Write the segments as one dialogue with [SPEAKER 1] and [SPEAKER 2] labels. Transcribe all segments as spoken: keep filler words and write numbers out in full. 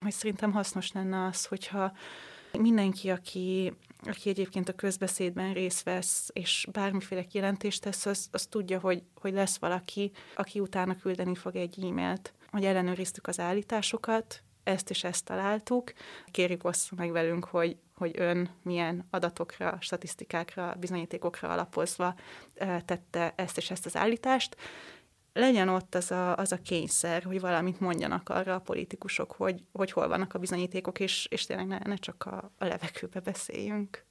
[SPEAKER 1] hogy szerintem hasznos lenne az, hogyha mindenki, aki, aki egyébként a közbeszédben részt vesz, és bármiféle kijelentést tesz, az, az tudja, hogy, hogy lesz valaki, aki utána küldeni fog egy e-mailt, hogy ellenőriztük az állításokat, ezt és ezt találtuk, kérjük ossza meg velünk, hogy, hogy ön milyen adatokra, statisztikákra, bizonyítékokra alapozva tette ezt és ezt az állítást. Legyen ott az a, az a kényszer, hogy valamit mondjanak arra a politikusok, hogy, hogy hol vannak a bizonyítékok, és, és tényleg ne, ne csak a, a levegőbe beszéljünk.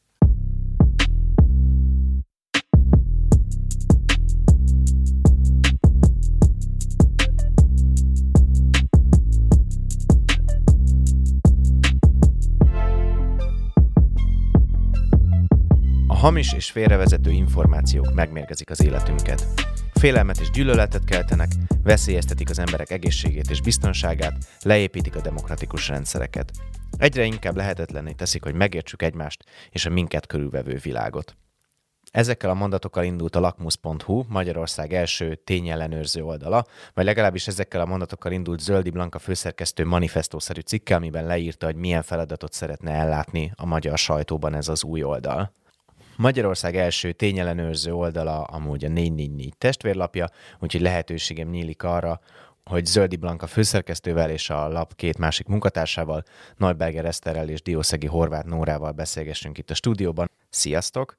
[SPEAKER 2] A hamis és félrevezető információk megmérgezik az életünket. Félelmet és gyűlöletet keltenek, veszélyeztetik az emberek egészségét és biztonságát, leépítik a demokratikus rendszereket. Egyre inkább lehetetlenné teszik, hogy megértsük egymást és a minket körülvevő világot. Ezekkel a mondatokkal indult a lakmus pont hu, Magyarország első tényellenőrző oldala, vagy legalábbis ezekkel a mondatokkal indult Zöldi Blanka főszerkesztő manifestószerű cikke, amiben leírta, hogy milyen feladatot szeretne ellátni a magyar sajtóban ez az új oldal. Magyarország első tényellenőrző oldala amúgy a négy négy négy testvérlapja, úgyhogy lehetőségem nyílik arra, hogy Zöldi Blanka főszerkesztővel és a lap két másik munkatársával, Neuberger Eszterrel és Diószegi Horváth Nórával beszélgessünk itt a stúdióban. Sziasztok!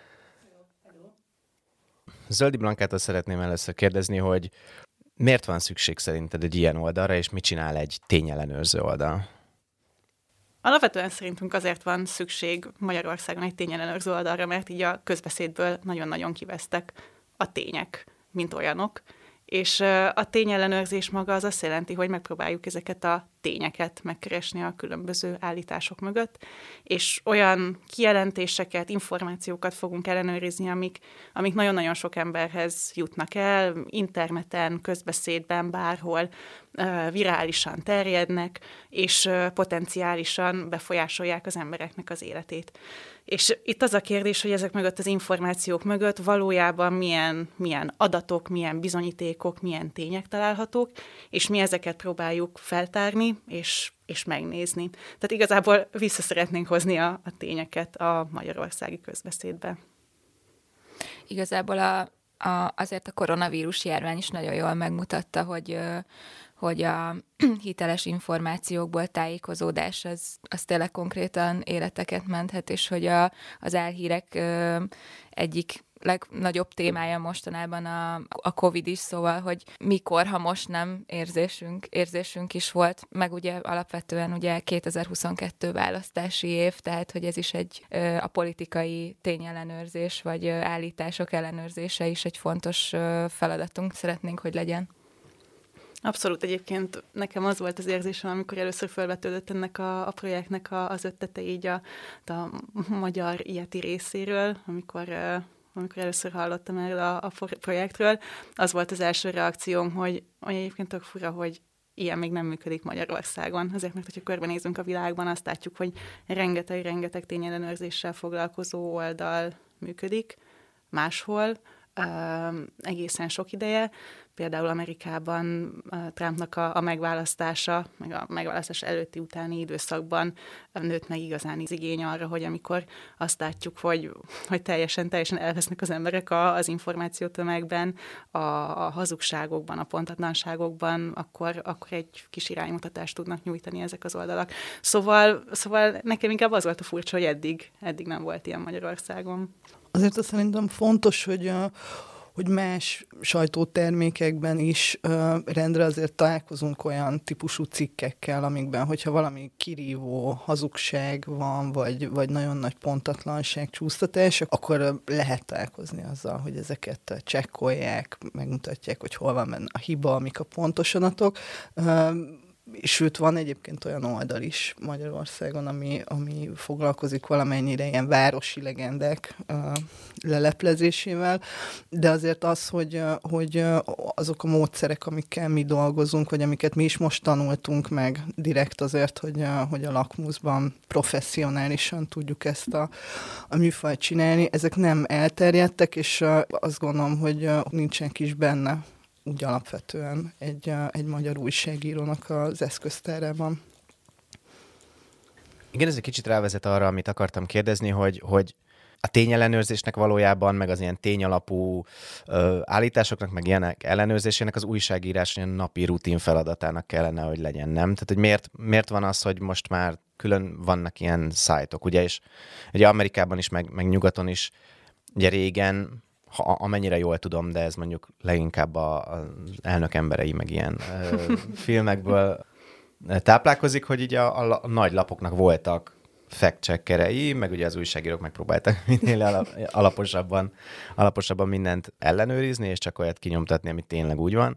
[SPEAKER 2] Zöldi Blankától szeretném először kérdezni, hogy miért van szükség szerinted egy ilyen oldalra, és mit csinál egy tényellenőrző oldal?
[SPEAKER 1] Alapvetően szerintünk azért van szükség Magyarországon egy tényellenőrző oldalra, mert így a közbeszédből nagyon-nagyon kivesztek a tények, mint olyanok. És a tényellenőrzés maga az azt jelenti, hogy megpróbáljuk ezeket a tényeket megkeresni a különböző állítások mögött, és olyan kijelentéseket, információkat fogunk ellenőrizni, amik, amik nagyon-nagyon sok emberhez jutnak el, interneten, közbeszédben, bárhol, virálisan terjednek, és potenciálisan befolyásolják az embereknek az életét. És itt az a kérdés, hogy ezek mögött az információk mögött valójában milyen, milyen adatok, milyen bizonyítékok, milyen tények találhatók, és mi ezeket próbáljuk feltárni, és, és megnézni. Tehát igazából vissza szeretnénk hozni a, a tényeket a magyarországi közbeszédbe.
[SPEAKER 3] Igazából a, a, azért a koronavírus járvány is nagyon jól megmutatta, hogy, hogy a hiteles információkból tájékozódás az, az tényleg konkrétan életeket menthet, és hogy a, az álhírek egyik legnagyobb témája mostanában a, a Covid is, szóval, hogy mikor, ha most nem érzésünk, érzésünk is volt, meg ugye alapvetően ugye kétezer-huszonkettő választási év, tehát, hogy ez is egy a politikai tényellenőrzés, vagy állítások ellenőrzése is egy fontos feladatunk, szeretnénk, hogy legyen.
[SPEAKER 1] Abszolút, egyébként nekem az volt az érzésem, amikor először felvetődött ennek a, a projektnek a, az ötlete így a, a magyar ilyeti részéről, amikor amikor először hallottam erről a, a projektről, az volt az első reakcióm, hogy, hogy egyébként tök fura, hogy ilyen még nem működik Magyarországon. Azért, mert hogyha körbenézünk a világban, azt látjuk, hogy rengeteg-rengeteg tényellenőrzéssel foglalkozó oldal működik máshol, uh, egészen sok ideje. Például Amerikában Trumpnak a, a megválasztása, meg a megválasztás előtti utáni időszakban nőtt meg igazán az igény arra, hogy amikor azt látjuk, hogy, hogy teljesen, teljesen elvesznek az emberek a, az információtömegben, a, a hazugságokban, a pontatlanságokban, akkor, akkor egy kis iránymutatást tudnak nyújtani ezek az oldalak. Szóval, szóval nekem inkább az volt a furcsa, hogy eddig, eddig nem volt ilyen Magyarországon.
[SPEAKER 4] Azért azt szerintem fontos, hogy a hogy más sajtótermékekben is uh, rendre azért találkozunk olyan típusú cikkekkel, amikben, hogyha valami kirívó hazugság van, vagy, vagy nagyon nagy pontatlanság, csúsztatás, akkor uh, lehet találkozni azzal, hogy ezeket uh, csekkolják, megmutatják, hogy hol van benne a hiba, amik a pontos adatok. Uh, Sőt, van egyébként olyan oldal is Magyarországon, ami, ami foglalkozik valamennyire ilyen városi legendek uh, leleplezésével, de azért az, hogy, uh, hogy uh, azok a módszerek, amikkel mi dolgozunk, vagy amiket mi is most tanultunk meg direkt azért, hogy, uh, hogy a lakmuszban professzionálisan tudjuk ezt a, a műfajt csinálni, ezek nem elterjedtek, és uh, azt gondolom, hogy uh, nincsenek is benne úgy alapvetően egy, egy magyar újságírónak az eszköztárában.
[SPEAKER 2] Igen, ez egy kicsit rávezet arra, amit akartam kérdezni, hogy, hogy a tényellenőrzésnek valójában, meg az ilyen tényalapú ö, állításoknak, meg ilyenek ellenőrzésének az újságírás ilyen napi rutin feladatának kellene, hogy legyen, nem? Tehát, hogy miért, miért van az, hogy most már külön vannak ilyen szájtok, ugye, és ugye Amerikában is, meg, meg nyugaton is, ugye régen, ha, amennyire jól tudom, de ez mondjuk leginkább a, az elnök emberei, meg ilyen ö, filmekből táplálkozik, hogy így a, a, a nagy lapoknak voltak fact-checkerei, meg ugye az újságírók megpróbáltak minél alaposabban, alaposabban mindent ellenőrizni, és csak olyat kinyomtatni, amit tényleg úgy van.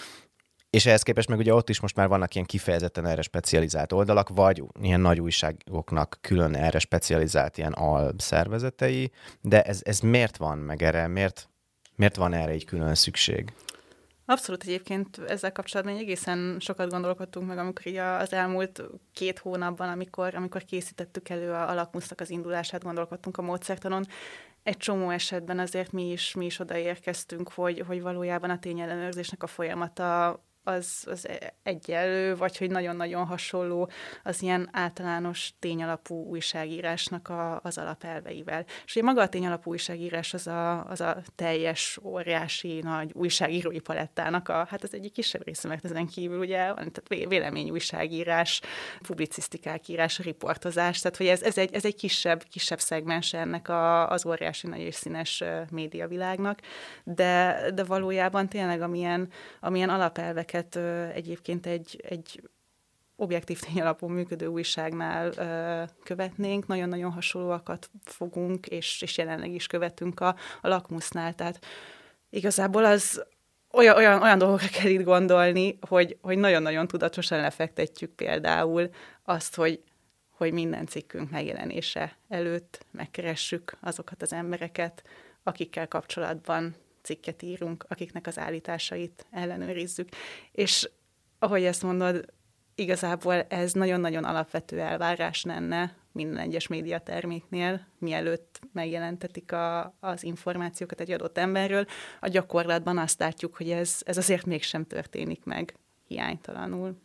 [SPEAKER 2] És ehhez képest meg ugye ott is most már vannak ilyen kifejezetten erre specializált oldalak, vagy ilyen nagy újságoknak külön erre specializált ilyen alszervezetei, de ez, ez miért van meg erre, miért, miért van erre egy külön szükség?
[SPEAKER 1] Abszolút, egyébként ezzel kapcsolatban egészen sokat gondolkodtunk meg, amikor így az elmúlt két hónapban, amikor, amikor készítettük elő a, a lakmusznak az indulását, gondolkodtunk a módszertanon. Egy csomó esetben azért mi is, mi is odaérkeztünk, hogy, hogy valójában a tényellenőrzésnek a folyamata az, az egyenlő, vagy hogy nagyon-nagyon hasonló az ilyen általános tényalapú újságírásnak a, az alapelveivel. És ugye maga a tényalapú újságírás az a, az a teljes, óriási, nagy újságírói palettának a, hát az egyik kisebb része, mert ezen kívül ugye van, tehát véleményújságírás, publicisztikák írás, riportozás, tehát hogy ez, ez, egy, ez egy kisebb, kisebb szegmens ennek a, az óriási, nagy és színes médiavilágnak, de, de valójában tényleg amilyen, amilyen alapelvek egyébként egy, egy objektív tényalapú működő újságnál ö, követnénk, nagyon-nagyon hasonlóakat fogunk, és, és jelenleg is követünk a, a lakmusznál. Tehát igazából az olyan, olyan, olyan dolgokra kell itt gondolni, hogy, hogy nagyon-nagyon tudatosan lefektetjük például azt, hogy, hogy minden cikkünk megjelenése előtt megkeressük azokat az embereket, akikkel kapcsolatban cikket írunk, akiknek az állításait ellenőrizzük. És ahogy ezt mondod, igazából ez nagyon-nagyon alapvető elvárás lenne minden egyes médiaterméknél, mielőtt megjelentetik a, az információkat egy adott emberről. A gyakorlatban azt látjuk, hogy ez, ez azért mégsem történik meg hiánytalanul.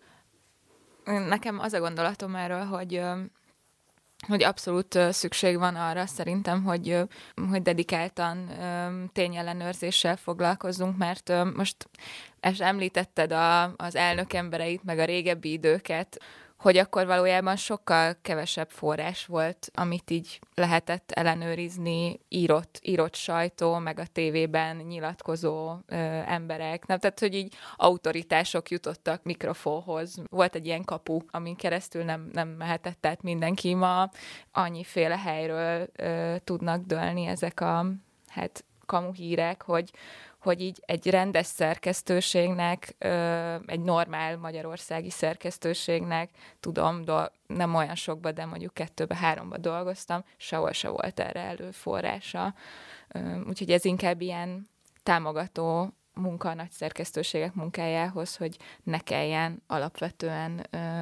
[SPEAKER 3] Nekem az a gondolatom erről, hogy hogy abszolút szükség van arra szerintem, hogy, hogy dedikáltan tényellenőrzéssel foglalkozzunk, mert most említetted a, az elnök embereit, meg a régebbi időket, hogy akkor valójában sokkal kevesebb forrás volt, amit így lehetett ellenőrizni, írott, írott sajtó, meg a tévében nyilatkozó ö, emberek. Nem, tehát, hogy így autoritások jutottak mikrofonhoz. Volt egy ilyen kapu, amin keresztül nem, nem mehetett, tehát mindenki ma annyiféle helyről ö, tudnak dőlni ezek a hát, kamuhírek, hogy hogy így egy rendes szerkesztőségnek, egy normál magyarországi szerkesztőségnek, tudom, do- nem olyan sokba, de mondjuk kettőbe, háromba dolgoztam, sehol se volt erre előforrása. Úgyhogy ez inkább ilyen támogató munka a nagy szerkesztőségek munkájához, hogy ne kelljen alapvetően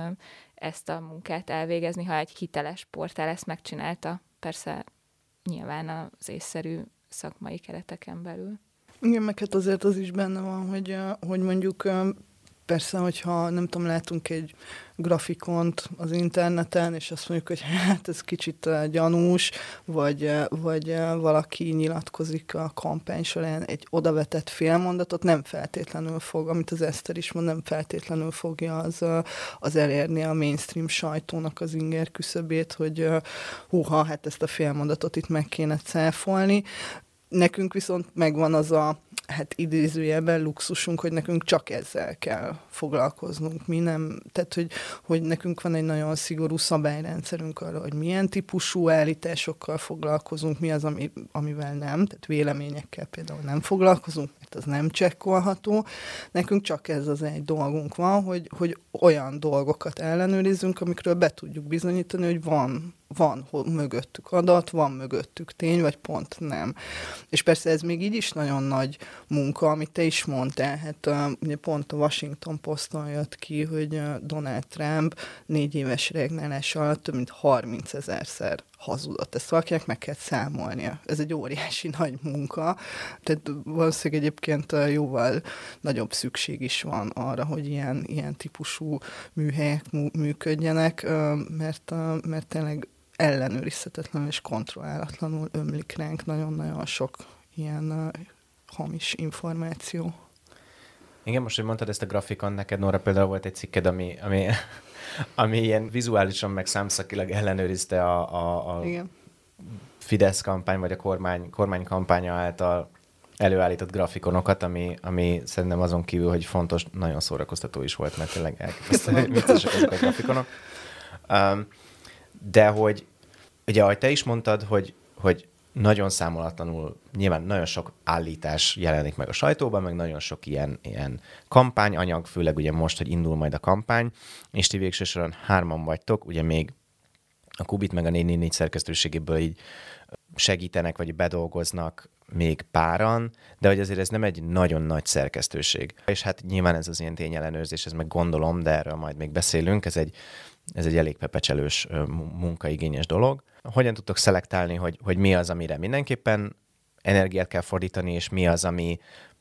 [SPEAKER 3] ezt a munkát elvégezni, ha egy hiteles portál ezt megcsinálta. Persze nyilván az észszerű szakmai kereteken belül.
[SPEAKER 4] Igen, meg hát azért az is benne van, hogy, hogy mondjuk persze, hogyha nem tudom, látunk egy grafikont az interneten, és azt mondjuk, hogy hát ez kicsit gyanús, vagy, vagy valaki nyilatkozik a kampány során egy odavetett félmondatot, nem feltétlenül fog, amit az Eszter is mond, nem feltétlenül fogja az, az elérni a mainstream sajtónak az inger küszöbét, hogy húha, hát ezt a félmondatot itt meg kéne cáfolni. Nekünk viszont megvan az a, hát idézőjelben luxusunk, hogy nekünk csak ezzel kell foglalkoznunk. Mi nem, tehát, hogy, hogy nekünk van egy nagyon szigorú szabályrendszerünk arra, hogy milyen típusú állításokkal foglalkozunk, mi az, ami, amivel nem, tehát véleményekkel például nem foglalkozunk, mert az nem csekkolható. Nekünk csak ez az egy dolgunk van, hogy, hogy olyan dolgokat ellenőrizzünk, amikről be tudjuk bizonyítani, hogy van van mögöttük adat, van mögöttük tény, vagy pont nem. És persze ez még így is nagyon nagy munka, amit te is mondtál. Hát uh, ugye pont a Washington Poston jött ki, hogy uh, Donald Trump négy éves regnálás alatt több mint harmincezerszer hazudott. Ezt valakinek meg kell számolnia. Ez egy óriási nagy munka. Tehát valószínűleg egyébként jóval nagyobb szükség is van arra, hogy ilyen, ilyen típusú műhelyek működjenek, mert, mert tényleg ellenőrizhetetlenül és kontrollálatlanul ömlik ránk nagyon-nagyon sok ilyen hamis információ.
[SPEAKER 2] Igen, most, hogy mondtad ezt a grafikon, neked, Nóra, például volt egy cikked, ami, ami, ami ilyen vizuálisan meg számszakilag ellenőrizte a, a, a Fidesz kampány, vagy a kormány, kormány kampánya által előállított grafikonokat, ami, ami szerintem azon kívül, hogy fontos, nagyon szórakoztató is volt, mert tényleg elképesztően viccesek ezek a grafikonok. Um, de hogy, ugye, ahogy te is mondtad, hogy, hogy nagyon számolatlanul, nyilván nagyon sok állítás jelenik meg a sajtóban, meg nagyon sok ilyen, ilyen kampányanyag, főleg ugye most, hogy indul majd a kampány, és ti végső soron hárman vagytok, ugye még a Kubit meg a négy négy négy szerkesztőségéből így segítenek, vagy bedolgoznak még páran, de hogy azért ez nem egy nagyon nagy szerkesztőség. És hát nyilván ez az ilyen tényellenőrzés, ez meg gondolom, de erről majd még beszélünk, ez egy, ez egy elég pepecselős, munkaigényes dolog. Hogyan tudtok szelektálni, hogy, hogy mi az, amire mindenképpen energiát kell fordítani, és mi az, ami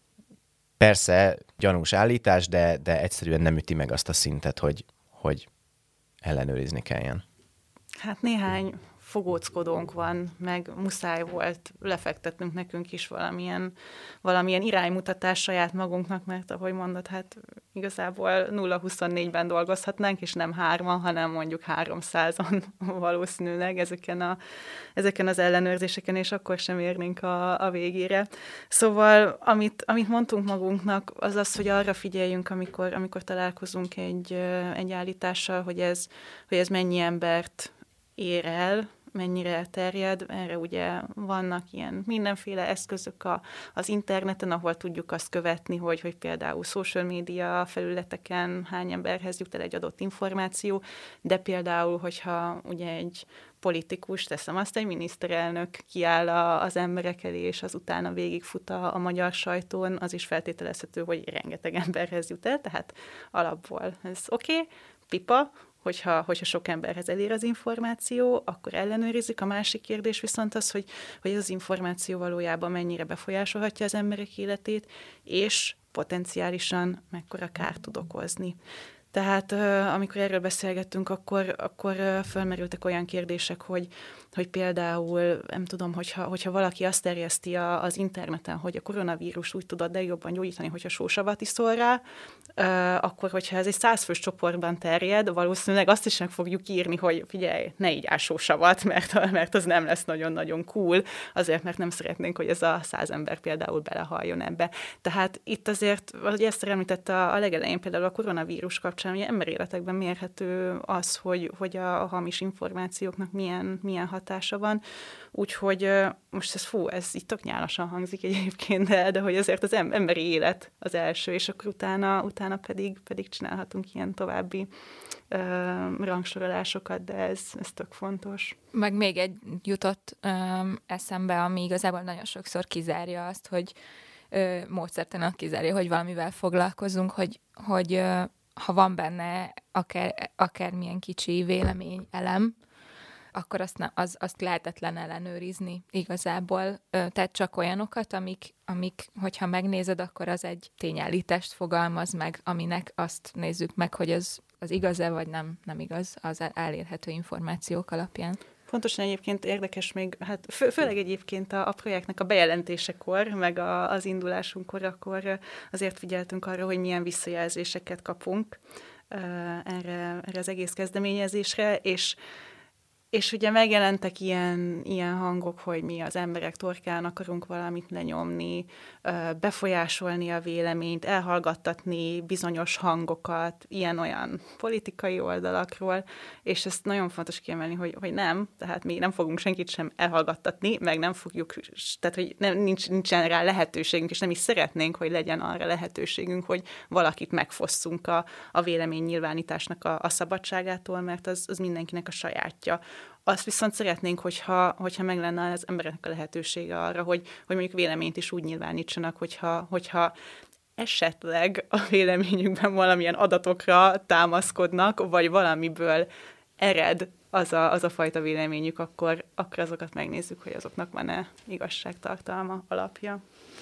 [SPEAKER 2] persze gyanús állítás, de, de egyszerűen nem üti meg azt a szintet, hogy, hogy ellenőrizni kelljen?
[SPEAKER 1] Hát néhány fogóckodónk van, meg muszáj volt lefektetnünk nekünk is valamilyen, valamilyen iránymutatás saját magunknak, mert ahogy mondod, hát igazából nulla huszonnégyben dolgozhatnánk, és nem hárman, hanem mondjuk háromszázan valószínűleg ezeken, a, ezeken az ellenőrzéseken, és akkor sem érnénk a, a végére. Szóval, amit, amit mondtunk magunknak, az az, hogy arra figyeljünk, amikor, amikor találkozunk egy, egy állítással, hogy ez, hogy ez mennyi embert ér el, mennyire elterjed. Erre ugye vannak ilyen mindenféle eszközök a, az interneten, ahol tudjuk azt követni, hogy, hogy például social media felületeken hány emberhez jut el egy adott információ, de például, hogyha ugye egy politikus, teszem azt, egy miniszterelnök kiáll a, az emberek elé, és az utána végigfut a, a magyar sajtón, az is feltételezhető, hogy rengeteg emberhez jut el, tehát alapból ez oké, okay, pipa, Hogyha, hogyha sok emberhez elér az információ, akkor ellenőrizzük. A másik kérdés viszont az, hogy, hogy ez az információ valójában mennyire befolyásolhatja az emberek életét, és potenciálisan mekkora kárt tud okozni. Tehát amikor erről beszélgettünk, akkor, akkor fölmerültek olyan kérdések, hogy, hogy például, nem tudom, hogyha, hogyha valaki azt terjeszti a, az interneten, hogy a koronavírus úgy tudod legjobban gyógyítani, hogyha sósavat iszol rá, akkor, hogyha ez egy százfős csoportban terjed, valószínűleg azt is meg fogjuk írni, hogy figyelj, ne igyál sósavat, mert, mert az nem lesz nagyon-nagyon cool, azért, mert nem szeretnénk, hogy ez a száz ember például belehaljon ebbe. Tehát itt azért, ahogy ezt említette a legelején, például a koronavírus kapcsán, ugye emberéletekben mérhető az, hogy, hogy a, a hamis információknak milyen, milyen hatása van. Úgyhogy most ez fú, ez itt tök nyálasan hangzik egyébként, de, de hogy azért az emberi élet az első, és akkor utána, utána pedig, pedig csinálhatunk ilyen további ö, rangsorolásokat, de ez, ez tök fontos.
[SPEAKER 3] Meg még egy jutott ö, eszembe, ami igazából nagyon sokszor kizárja azt, hogy ö, módszertanan kizárja, hogy valamivel foglalkozunk, hogy, hogy ö, ha van benne akár, akármilyen kicsi vélemény elem, akkor azt, ne, az, azt lehetetlen ellenőrizni igazából. Tehát csak olyanokat, amik, amik, hogyha megnézed, akkor az egy tényállítást fogalmaz meg, aminek azt nézzük meg, hogy az, az igaz-e, vagy nem, nem igaz az elérhető információk alapján.
[SPEAKER 1] Pontosan egyébként érdekes még, hát fő, főleg egyébként a, a projektnek a bejelentésekor, meg a, az indulásunkkor, akkor azért figyeltünk arra, hogy milyen visszajelzéseket kapunk erre, erre az egész kezdeményezésre, és És ugye megjelentek ilyen, ilyen hangok, hogy mi az emberek torkán akarunk valamit lenyomni, befolyásolni a véleményt, elhallgattatni bizonyos hangokat, ilyen-olyan politikai oldalakról, és ezt nagyon fontos kiemelni, hogy, hogy nem, tehát mi nem fogunk senkit sem elhallgattatni, meg nem fogjuk, tehát hogy nem, nincs, nincsen rá lehetőségünk, és nem is szeretnénk, hogy legyen arra lehetőségünk, hogy valakit megfosszunk a, a véleménynyilvánításnak a, a szabadságától, mert az, az mindenkinek a sajátja. Azt viszont szeretnénk, hogyha, hogyha meg lenne az embereknek a lehetősége arra, hogy, hogy mondjuk véleményt is úgy nyilvánítsanak, hogyha, hogyha esetleg a véleményükben valamilyen adatokra támaszkodnak, vagy valamiből ered az a, az a fajta véleményük, akkor, akkor azokat megnézzük, hogy azoknak van-e igazságtartalma, alapja.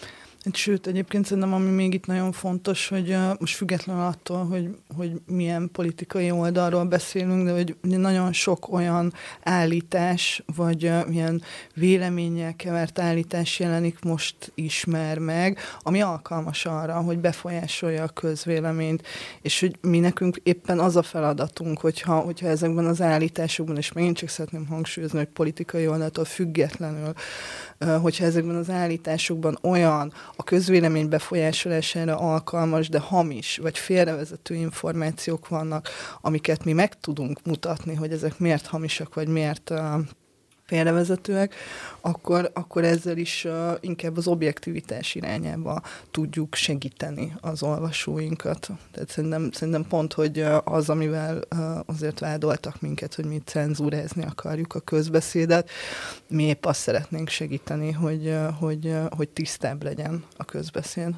[SPEAKER 4] Sőt, egyébként szerintem, ami még itt nagyon fontos, hogy uh, most függetlenül attól, hogy, hogy milyen politikai oldalról beszélünk, de hogy nagyon sok olyan állítás, vagy uh, milyen véleménnyel kevert állítás jelenik most ismer meg, ami alkalmas arra, hogy befolyásolja a közvéleményt, és hogy mi nekünk éppen az a feladatunk, hogyha, hogyha ezekben az állításokban, és megint csak szeretném hangsúlyozni, hogy politikai oldaltól függetlenül, uh, hogyha ezekben az állításokban olyan a közvélemény befolyásolására alkalmas, de hamis, vagy félrevezető információk vannak, amiket mi meg tudunk mutatni, hogy ezek miért hamisak, vagy miért uh, félrevezetőek, akkor, akkor ezzel is uh, inkább az objektivitás irányába tudjuk segíteni az olvasóinkat. Tehát szerintem, szerintem pont, hogy uh, az, amivel uh, azért vádoltak minket, hogy mi cenzúrázni akarjuk a közbeszédet, mi épp azt szeretnénk segíteni, hogy, uh, hogy, uh, hogy tisztább legyen a közbeszéd.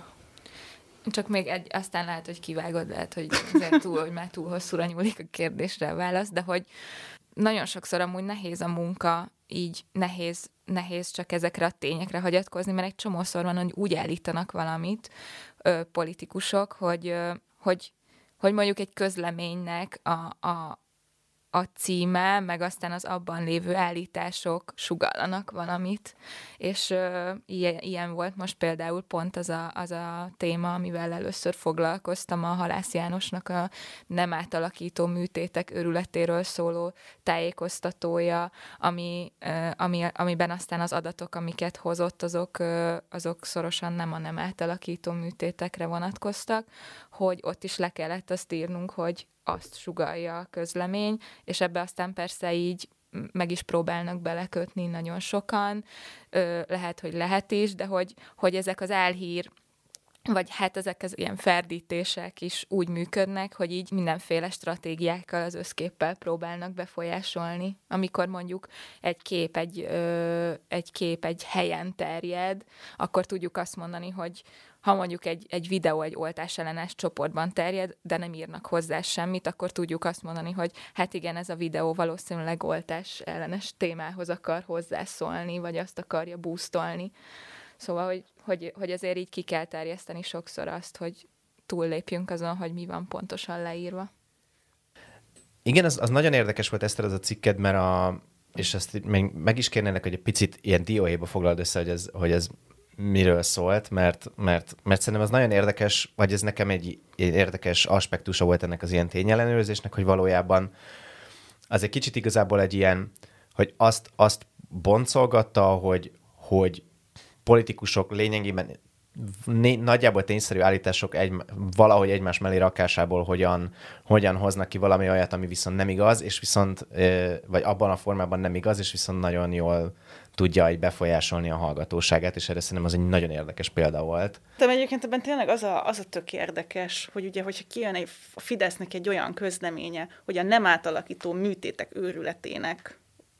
[SPEAKER 3] Csak még egy, aztán lehet, hogy kivágod, lehet, hogy, azért túl, hogy már túl hosszúra nyúlik a kérdésre a válasz, de hogy nagyon sokszor amúgy nehéz a munka, így nehéz, nehéz csak ezekre a tényekre hagyatkozni, mert egy csomószor van, hogy úgy állítanak valamit ö, politikusok, hogy, ö, hogy, hogy mondjuk egy közleménynek a, a, a címe, meg aztán az abban lévő állítások sugallanak valamit, és ö, ilyen, ilyen volt most például pont az a, az a téma, amivel először foglalkoztam, a Halász Jánosnak a nem átalakító műtétek őrületéről szóló tájékoztatója, ami, ö, ami, amiben aztán az adatok, amiket hozott, azok, ö, azok szorosan nem a nem átalakító műtétekre vonatkoztak, hogy ott is le kellett azt írnunk, hogy azt sugallja a közlemény, és ebbe aztán persze így meg is próbálnak belekötni nagyon sokan, Ö, lehet, hogy lehet is, de hogy, hogy ezek az álhír, vagy hát ezek az ilyen ferdítések is úgy működnek, hogy így mindenféle stratégiákkal, az összképpel próbálnak befolyásolni. Amikor mondjuk egy kép egy, ö, egy kép egy helyen terjed, akkor tudjuk azt mondani, hogy ha mondjuk egy, egy videó egy oltásellenes csoportban terjed, de nem írnak hozzá semmit, akkor tudjuk azt mondani, hogy hát igen, ez a videó valószínűleg oltás ellenes témához akar hozzászólni, vagy azt akarja boostolni. Szóval, hogy, hogy, hogy azért így ki kell terjeszteni sokszor azt, hogy túllépjünk azon, hogy mi van pontosan leírva.
[SPEAKER 2] Igen, az, az nagyon érdekes volt, Eszter, az a cikked, mert a, és ezt meg, meg is kérnének, hogy egy picit ilyen dióhéjba foglald össze, hogy ez, hogy ez miről szólt, mert, mert, mert szerintem az nagyon érdekes, vagy ez nekem egy, egy érdekes aspektusa volt ennek az ilyen tényellenőrzésnek, hogy valójában az egy kicsit igazából egy ilyen, hogy azt, azt boncolgatta, hogy, hogy politikusok lényegében né- nagyjából tényszerű állítások egy, valahogy egymás mellé rakásából hogyan, hogyan hoznak ki valami olyat, ami viszont nem igaz, és viszont, vagy abban a formában nem igaz, és viszont nagyon jól tudja így befolyásolni a hallgatóságát, és erre szerintem az egy nagyon érdekes példa volt.
[SPEAKER 1] De egyébként ebben tényleg az a, az a tök érdekes, hogy ugye, hogyha kijön egy, a Fidesznek egy olyan közleménye, hogy a nem átalakító műtétek őrületének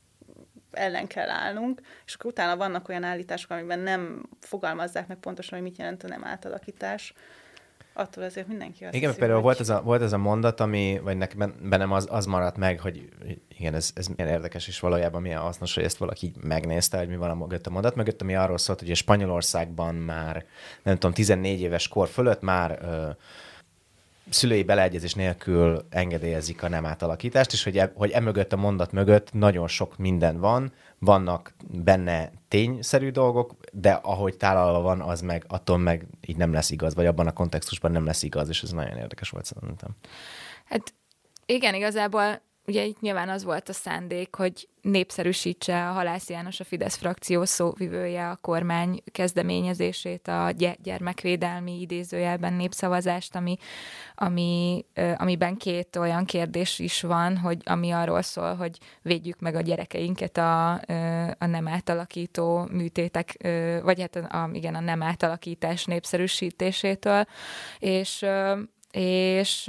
[SPEAKER 1] ellen kell állnunk, és akkor utána vannak olyan állítások, amiben nem fogalmazzák meg pontosan, hogy mit jelent a nem átalakítás. Attól azért mindenki azt
[SPEAKER 2] igen,
[SPEAKER 1] hiszi,
[SPEAKER 2] például
[SPEAKER 1] hogy...
[SPEAKER 2] volt ez, a, volt ez a mondat, ami, vagy nekem bennem az, az maradt meg, hogy igen, ez, ez milyen érdekes, és valójában milyen hasznos, hogy ezt valaki így megnézte, hogy mi van a mögött a mondat mögött, ami arról szólt, hogy a Spanyolországban már, nem tudom, tizennégy éves kor fölött már ö, szülői beleegyezés nélkül engedélyezik a nem átalakítást, és hogy, e, hogy emögött a mondat mögött nagyon sok minden van, vannak benne tényszerű dolgok, de ahogy tálalva van, az meg attól meg így nem lesz igaz, vagy abban a kontextusban nem lesz igaz, és ez nagyon érdekes volt szerintem.
[SPEAKER 3] Hát igen, igazából ugye itt nyilván az volt a szándék, hogy népszerűsítse a Halász János, a Fidesz frakció szóvivője a kormány kezdeményezését, a gyermekvédelmi idézőjelben népszavazást, ami, ami, amiben két olyan kérdés is van, hogy ami arról szól, hogy védjük meg a gyerekeinket a, a nem átalakító műtétek, vagy hát a, a, igen, a nem átalakítás népszerűsítésétől, és, és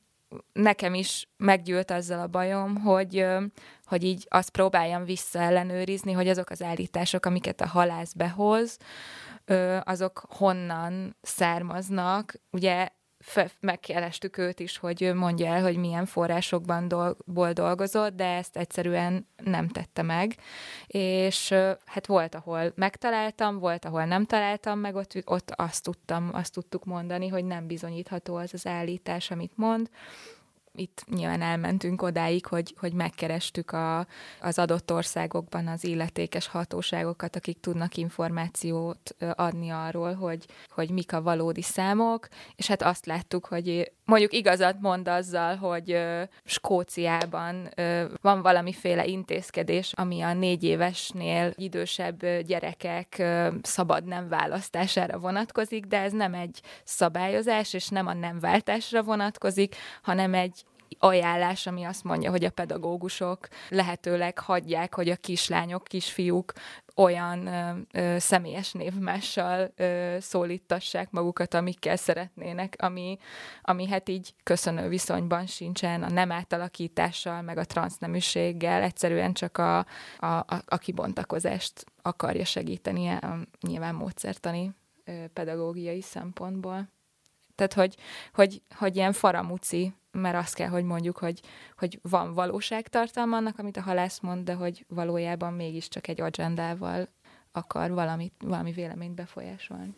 [SPEAKER 3] nekem is meggyűlt azzal a bajom, hogy, hogy így azt próbáljam visszaellenőrizni, hogy azok az állítások, amiket a Halász behoz, azok honnan származnak. Ugye fe- megkerestük őt is, hogy mondja el, hogy milyen forrásokban dolg- dolgozott, de ezt egyszerűen nem tette meg. És hát volt, ahol megtaláltam, volt, ahol nem találtam meg, ott, ott azt tudtam, azt tudtuk mondani, hogy nem bizonyítható az az állítás, amit mond. Itt nyilván elmentünk odáig, hogy, hogy megkerestük a, az adott országokban az illetékes hatóságokat, akik tudnak információt adni arról, hogy, hogy mik a valódi számok, és hát azt láttuk, hogy mondjuk igazat mond azzal, hogy Skóciában van valamiféle intézkedés, ami a négy évesnél idősebb gyerekek szabad nem választására vonatkozik, de ez nem egy szabályozás, és nem a nem váltásra vonatkozik, hanem egy ajánlás, ami azt mondja, hogy a pedagógusok lehetőleg hagyják, hogy a kislányok, kisfiúk olyan ö, ö, személyes névmással ö, szólítassák magukat, amikkel szeretnének, ami, ami hát így köszönő viszonyban sincsen a nem átalakítással, meg a transzneműséggel, egyszerűen csak a, a, a, a kibontakozást akarja segíteni, a, nyilván módszertani ö, pedagógiai szempontból. Tehát, hogy, hogy, hogy ilyen faramúci, mert azt kell, hogy mondjuk, hogy, hogy van valóságtartalma annak, amit a halász mond, de hogy valójában mégiscsak egy agendával akar valamit, valami véleményt befolyásolni.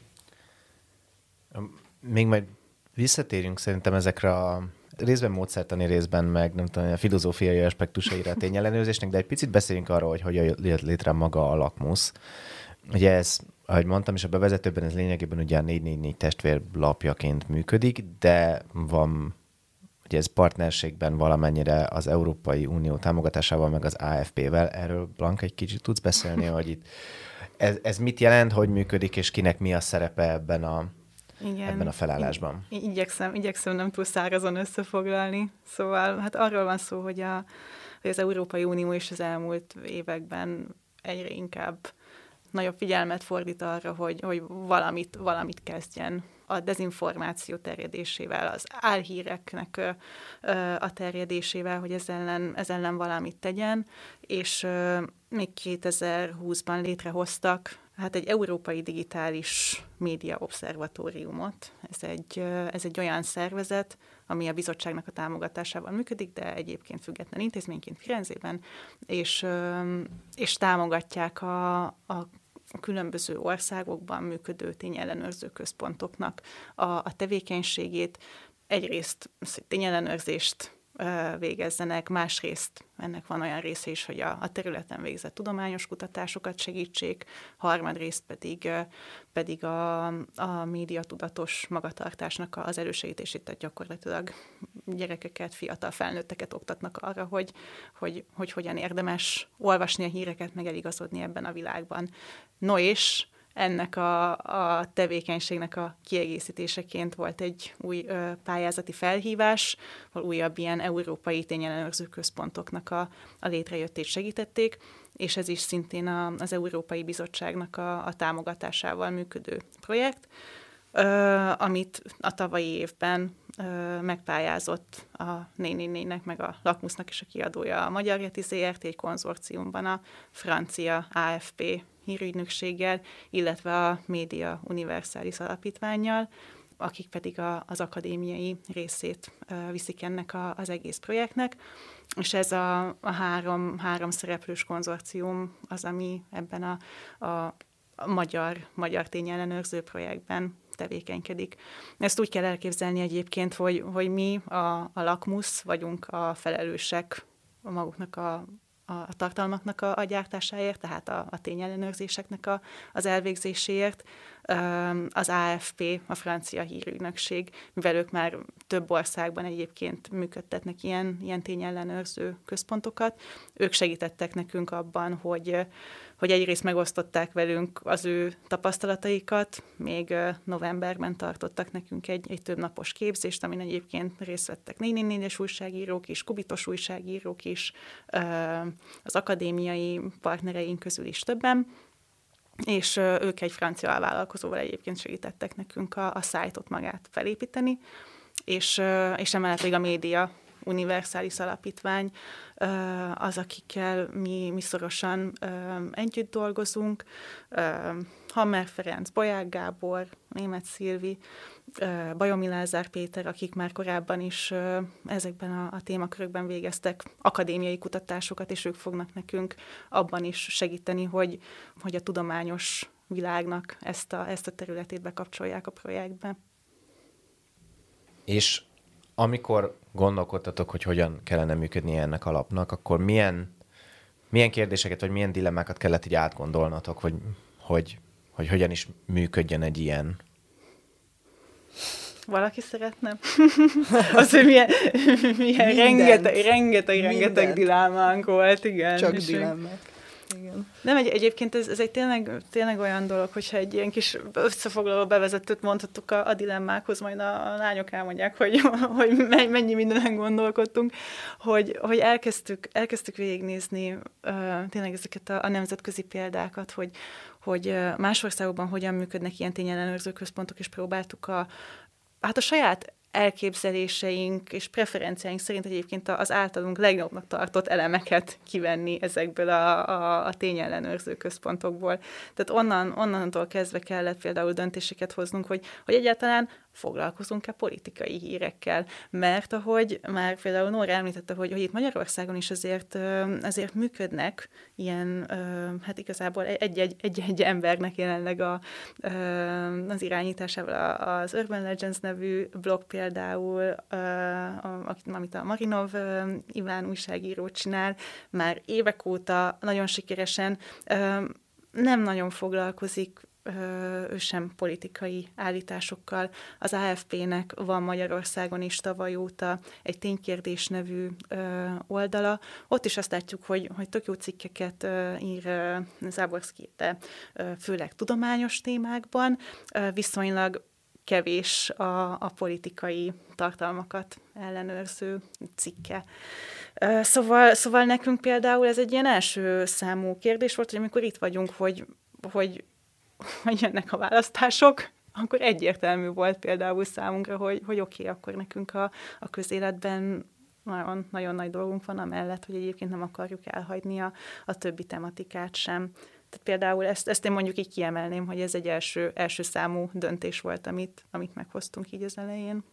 [SPEAKER 2] Még majd visszatérünk szerintem ezekre a részben módszertani, részben meg nem tudom, a filozófiai aspektusaira a tényellenőrzésnek, de egy picit beszéljünk arról, hogy hogyan jött létre maga a lakmusz. Ugye ez, ahogy mondtam, és a bevezetőben ez lényegében ugye a négy négy négy testvérlapjaként működik, de van, ugye ez partnerségben valamennyire az Európai Unió támogatásával, meg az á ef pé-vel. Erről, Blanka, egy kicsit tudsz beszélni, hogy itt ez, ez mit jelent, hogy működik, és kinek mi a szerepe ebben a, Igen. ebben a felállásban?
[SPEAKER 1] I- igyekszem, igyekszem nem túl szárazon összefoglalni. Szóval hát arról van szó, hogy, a, hogy az Európai Unió is az elmúlt években egyre inkább nagyobb figyelmet fordít arra, hogy, hogy valamit, valamit kezdjen a dezinformáció terjedésével, az álhíreknek ö, ö, a terjedésével, hogy ez ellen, ez ellen valamit tegyen, és ö, még kétezer-húszban létrehoztak hát egy európai digitális média obszervatóriumot. Ez egy, ö, ez egy olyan szervezet, ami a bizottságnak a támogatásával működik, de egyébként független intézményként Firenzében, és, ö, és támogatják a, a a különböző országokban működő tényellenőrző központoknak a, a tevékenységét. Egyrészt tényellenőrzést ö, végezzenek, másrészt ennek van olyan része is, hogy a, a területen végzett tudományos kutatásokat segítsék, harmadrészt pedig, ö, pedig a, a médiatudatos magatartásnak az elősegítését, tehát gyakorlatilag gyerekeket, fiatal felnőtteket oktatnak arra, hogy, hogy, hogy hogyan érdemes olvasni a híreket, meg eligazodni ebben a világban. No és ennek a, a tevékenységnek a kiegészítéseként volt egy új ö, pályázati felhívás, ahol újabb ilyen európai tényellenőrző központoknak a, a létrejöttét segítették, és ez is szintén a, az Európai Bizottságnak a, a támogatásával működő projekt, ö, amit a tavalyi évben ö, megpályázott a négy négy négynek, meg a Lakmusznak is a kiadója, a Magyar Yeti zé er té, egy konzorciumban a francia á ef pé hírügynökséggel, illetve a Média Universalis alapítvánnyal, akik pedig a, az akadémiai részét uh, viszik ennek a, az egész projektnek. És ez a, a három, három szereplős konzorcium az, ami ebben a, a, a magyar, magyar tényellenőrző projektben tevékenykedik. Ezt úgy kell elképzelni egyébként, hogy, hogy mi a, a Lakmusz vagyunk a felelősek maguknak a a tartalmaknak a, a gyártásáért, tehát a, a tényellenőrzéseknek a, az elvégzéséért. Az á ef pé, a francia hírügynökség, mivel ők már több országban egyébként működtetnek ilyen, ilyen tényellenőrző központokat, ők segítettek nekünk abban, hogy, hogy egyrészt megosztották velünk az ő tapasztalataikat, még novemberben tartottak nekünk egy, egy több napos képzést, amin egyébként részt vettek négy négy négyes újságírók is, kubitos újságírók is, az akadémiai partnereink közül is többen, és ők egy francia vállalkozóval egyébként segítettek nekünk a, a szájtot magát felépíteni, és, és emellett még a Média Universalis alapítvány az, akikkel mi, mi szorosan együtt dolgozunk, Hammer Ferenc, Bolyák Gábor, Németh Szilvi, Bajomi Lázár Péter, akik már korábban is ezekben a, a témakörökben végeztek akadémiai kutatásokat, és ők fognak nekünk abban is segíteni, hogy, hogy a tudományos világnak ezt a, ezt a területét bekapcsolják a projektbe.
[SPEAKER 2] És amikor gondolkodtatok, hogy hogyan kellene működnie ennek a lapnak, akkor milyen, milyen kérdéseket, vagy milyen dilemmákat kellett így átgondolnatok, hogy, hogy, hogy hogyan is működjön egy ilyen?
[SPEAKER 1] Valaki szeretne? Az, hogy milyen, milyen rengeteg, rengeteg, rengeteg dilemmánk volt, igen.
[SPEAKER 4] Csak dilemmák. Igen.
[SPEAKER 1] Nem, egy, egyébként ez, ez egy tényleg, tényleg olyan dolog, hogyha egy ilyen kis összefoglaló bevezetőt mondhatok a, a dilemmákhoz, majd a, a lányok elmondják, hogy, hogy mennyi mindenen gondolkodtunk, hogy, hogy elkezdtük, elkezdtük végignézni uh, tényleg ezeket a, a nemzetközi példákat, hogy, hogy más országokban hogyan működnek ilyen tényellenőrző központok, és próbáltuk a, hát a saját elképzeléseink és preferenciáink szerint egyébként az általunk legjobbnak tartott elemeket kivenni ezekből a, a, a tényellenőrző központokból. Tehát onnan, onnantól kezdve kellett például döntéseket hoznunk, hogy, hogy egyáltalán foglalkozunk-e politikai hírekkel. Mert ahogy már például Nóra említette, hogy, hogy itt Magyarországon is azért, azért működnek ilyen, hát igazából egy-egy, egy-egy embernek jelenleg a, az irányításával az Urban Legends nevű blog például, amit a Marinov Iván újságíró csinál, már évek óta nagyon sikeresen nem nagyon foglalkozik ő sem politikai állításokkal. Az á ef pének van Magyarországon is tavaly óta egy Ténykérdés nevű ö, oldala. Ott is azt látjuk, hogy, hogy tök jó cikkeket ö, ír ö, Záborszky, de ö, főleg tudományos témákban, ö, viszonylag kevés a, a politikai tartalmakat ellenőrző cikke. Szóval, szóval nekünk például ez egy ilyen első számú kérdés volt, hogy amikor itt vagyunk, hogy, hogy, hogy jönnek a választások, akkor egyértelmű volt például számunkra, hogy, hogy oké, okay, akkor nekünk a, a közéletben nagyon, nagyon nagy dolgunk van amellett, hogy egyébként nem akarjuk elhagyni a, a többi tematikát sem. Tehát például ezt, ezt én mondjuk így kiemelném, hogy ez egy első, első számú döntés volt, amit, amit meghoztunk így az elején.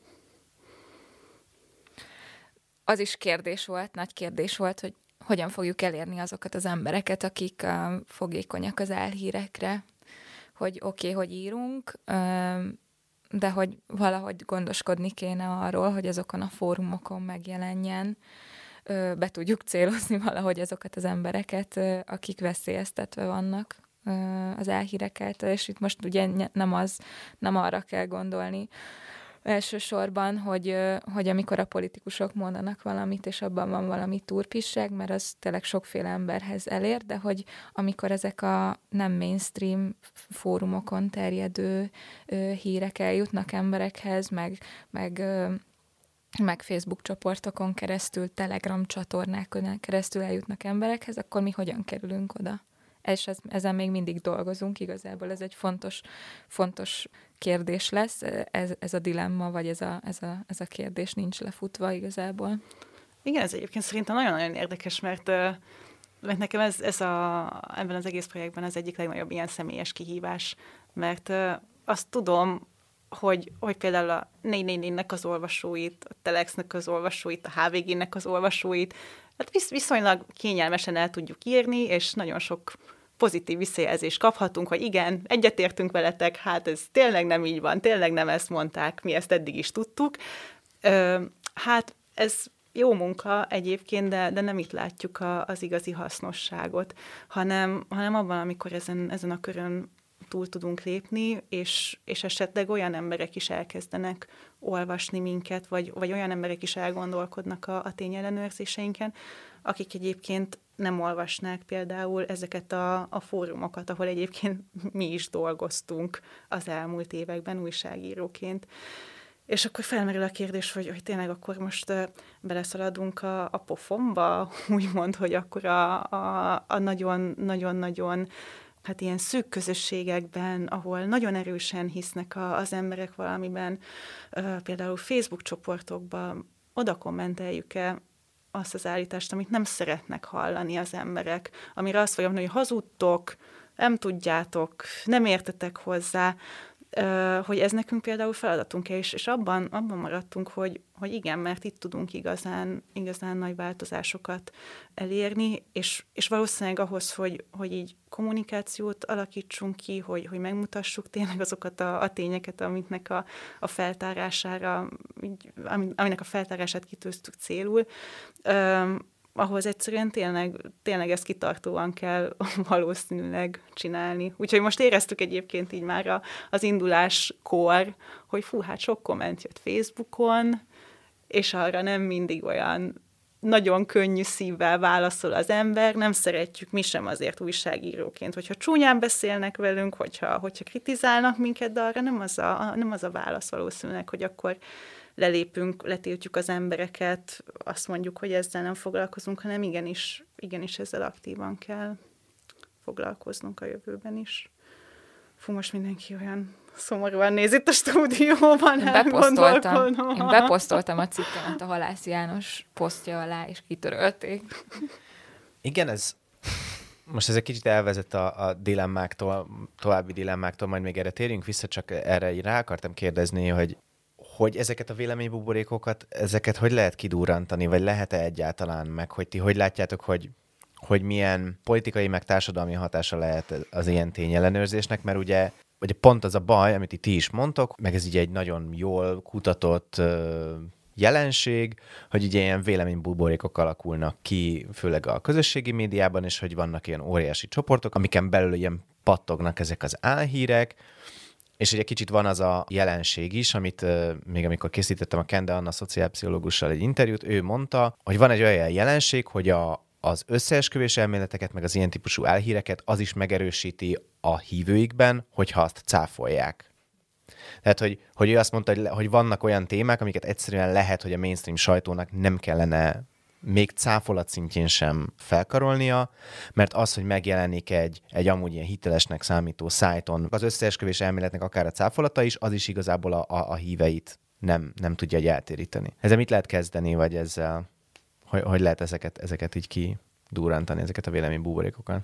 [SPEAKER 3] Az is kérdés volt, nagy kérdés volt, hogy hogyan fogjuk elérni azokat az embereket, akik uh, fogékonyak az álhírekre, hogy oké, okay, hogy írunk, uh, de hogy valahogy gondoskodni kéne arról, hogy azokon a fórumokon megjelenjen, uh, be tudjuk célozni valahogy azokat az embereket, uh, akik veszélyeztetve vannak uh, az álhírek által, és itt most ugye nem, az, nem arra kell gondolni, elsősorban, hogy, hogy amikor a politikusok mondanak valamit, és abban van valami turpisság, mert az tényleg sokféle emberhez elér, de hogy amikor ezek a nem mainstream fórumokon terjedő hírek eljutnak emberekhez, meg, meg, meg Facebook csoportokon keresztül, Telegram csatornákon keresztül eljutnak emberekhez, akkor mi hogyan kerülünk oda? És ez, ezen még mindig dolgozunk, igazából ez egy fontos, fontos kérdés lesz, ez, ez a dilemma, vagy ez a, ez, a, ez a kérdés nincs lefutva igazából.
[SPEAKER 1] Igen, ez egyébként szerintem nagyon-nagyon érdekes, mert, mert nekem ez, ez a, ebben az egész projektben az egyik legnagyobb ilyen személyes kihívás, mert azt tudom, hogy, hogy például a négy négy négynek az olvasóit, a Telexnek az olvasóit, a há vé gének az olvasóit, hát visz, viszonylag kényelmesen el tudjuk írni, és nagyon sok pozitív visszajelzést kaphatunk, hogy igen, egyetértünk veletek, hát ez tényleg nem így van, tényleg nem ezt mondták, mi ezt eddig is tudtuk. Ö, hát ez jó munka egyébként, de, de nem itt látjuk a, az igazi hasznosságot, hanem, hanem abban, amikor ezen, ezen a körön túl tudunk lépni, és, és esetleg olyan emberek is elkezdenek olvasni minket, vagy, vagy olyan emberek is elgondolkodnak a, a tényellenőrzéseinken, akik egyébként nem olvasnák például ezeket a, a fórumokat, ahol egyébként mi is dolgoztunk az elmúlt években újságíróként. És akkor felmerül a kérdés, hogy, hogy tényleg akkor most uh, beleszaladunk a, a pofonba, úgymond, hogy akkor a, a, a nagyon-nagyon-nagyon hát ilyen szűk közösségekben, ahol nagyon erősen hisznek a, az emberek valamiben, uh, például Facebook csoportokban, oda kommenteljük-e azt az állítást, amit nem szeretnek hallani az emberek, amire azt fogja mondani, hogy hazudtok, nem tudjátok, nem értetek hozzá. hogy ez nekünk például feladatunk, és, és abban, abban maradtunk, hogy, hogy igen, mert itt tudunk igazán, igazán nagy változásokat elérni, és, és valószínűleg ahhoz, hogy, hogy így kommunikációt alakítsunk ki, hogy, hogy megmutassuk tényleg azokat a, a tényeket, amiknek a, a feltárására, így, aminek a feltárását kitűztük célul, Üm, ahhoz egyszerűen tényleg, tényleg ezt kitartóan kell valószínűleg csinálni. Úgyhogy most éreztük egyébként így már a, az induláskor, hogy fú, hát sok komment jött Facebookon, és arra nem mindig olyan nagyon könnyű szívvel válaszol az ember, nem szeretjük mi sem azért újságíróként, hogyha csúnyán beszélnek velünk, hogyha, hogyha kritizálnak minket, de arra nem az a, nem az a válasz valószínűleg, hogy akkor lelépünk, letiltjuk az embereket, azt mondjuk, hogy ezzel nem foglalkozunk, hanem igenis, igenis ezzel aktívan kell foglalkoznunk a jövőben is. Fú, most mindenki olyan szomorúan néz itt a stúdióban.
[SPEAKER 3] Én beposztoltam, én beposztoltam a cikkemet a Halász János posztja alá, és kitörölték.
[SPEAKER 2] Igen, ez most ez egy kicsit elvezet a, a dilemmáktól, további dilemmáktól, majd még erre térjünk vissza, csak erre így rá akartam kérdezni, hogy hogy ezeket a véleménybuborékokat, ezeket hogy lehet kidurrantani, vagy lehet-e egyáltalán meg, hogy ti hogy látjátok, hogy, hogy milyen politikai, meg társadalmi hatása lehet az ilyen tényellenőrzésnek, mert ugye, ugye pont az a baj, amit itt ti is mondtok, meg ez ugye egy nagyon jól kutatott uh, jelenség, hogy ugye ilyen véleménybuborékok alakulnak ki, főleg a közösségi médiában, és hogy vannak ilyen óriási csoportok, amiken belül ilyen pattognak ezek az álhírek. És ugye kicsit van az a jelenség is, amit uh, még amikor készítettem a Kende Anna szociálpszichológussal egy interjút, ő mondta, hogy van egy olyan jelenség, hogy a, az összeesküvés elméleteket, meg az ilyen típusú álhíreket az is megerősíti a hívőikben, hogyha azt cáfolják. Tehát, hogy, hogy ő azt mondta, hogy, hogy vannak olyan témák, amiket egyszerűen lehet, hogy a mainstream sajtónak nem kellene még cáfolat szintjén sem felkarolnia, mert az, hogy megjelenik egy, egy amúgy ilyen hitelesnek számító szájton, az összeesküvés elméletnek akár a cáfolata is, az is igazából a, a, a híveit nem, nem tudja egy eltéríteni. Ezzel mit lehet kezdeni, vagy ezzel, hogy, hogy lehet ezeket, ezeket így kidurrantani, ezeket a véleménybuborékokat?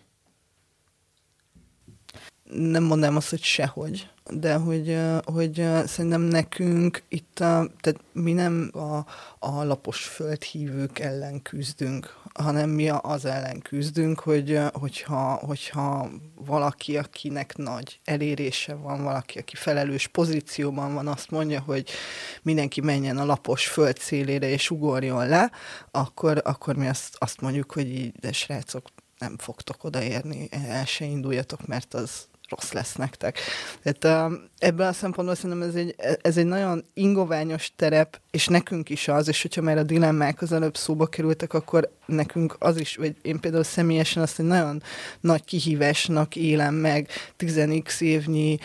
[SPEAKER 4] Nem mondanám azt, hogy sehogy, de hogy, hogy szerintem nekünk itt, a, tehát mi nem a, a lapos földhívők ellen küzdünk, hanem mi az ellen küzdünk, hogy, hogyha, hogyha valaki, akinek nagy elérése van, valaki, aki felelős pozícióban van, azt mondja, hogy mindenki menjen a lapos föld szélére és ugorjon le, akkor, akkor mi azt, azt mondjuk, hogy így, de srácok, nem fogtok odaérni, el se induljatok, mert az rossz lesz nektek. Tehát uh, ebből a szempontból szerintem ez egy, ez egy nagyon ingoványos terep, és nekünk is az, és hogyha már a dilemmák az előbb szóba kerültek, akkor nekünk az is, vagy én például személyesen azt egy nagyon nagy kihívásnak élem meg tíz x évnyi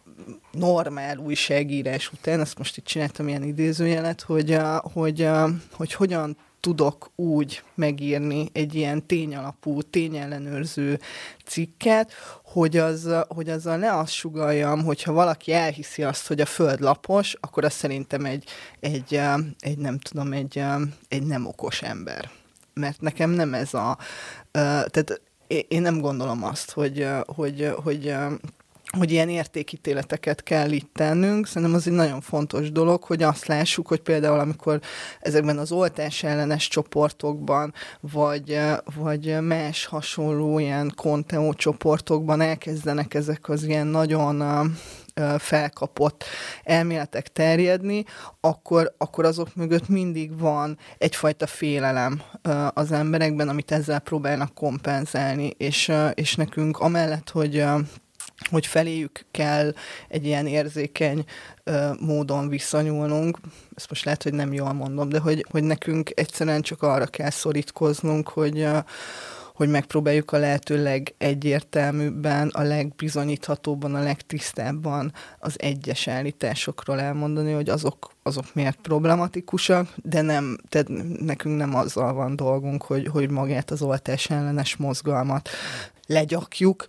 [SPEAKER 4] normál újságírás után, ezt most itt csináltam ilyen idézőjelet, hogy, uh, hogy, uh, hogy hogyan tudok úgy megírni egy ilyen tényalapú, tényellenőrző cikket, hogy, az, hogy azzal ne azt suggaljam, hogyha valaki elhiszi azt, hogy a föld lapos, akkor az szerintem egy, egy, egy nem tudom, egy, egy nem okos ember. Mert nekem nem ez a... Tehát én nem gondolom azt, hogy, hogy, hogy hogy ilyen értékítéleteket kell itt tennünk. Szerintem az egy nagyon fontos dolog, hogy azt lássuk, hogy például amikor ezekben az oltás ellenes csoportokban, vagy, vagy más hasonló ilyen konteó csoportokban elkezdenek ezek az ilyen nagyon felkapott elméletek terjedni, akkor, akkor azok mögött mindig van egyfajta félelem az emberekben, amit ezzel próbálnak kompenzálni, és, és nekünk amellett, hogy hogy feléjük kell egy ilyen érzékeny ö, módon viszonyulnunk. Ezt most lehet, hogy nem jól mondom, de hogy, hogy nekünk egyszerűen csak arra kell szorítkoznunk, hogy, ö, hogy megpróbáljuk a lehető legegyértelműbben, a legbizonyíthatóbban, a legtisztábban az egyes állításokról elmondani, hogy azok, azok miért problematikusak, de nem, tehát nekünk nem azzal van dolgunk, hogy, hogy magát az oltás ellenes mozgalmat legyakjuk.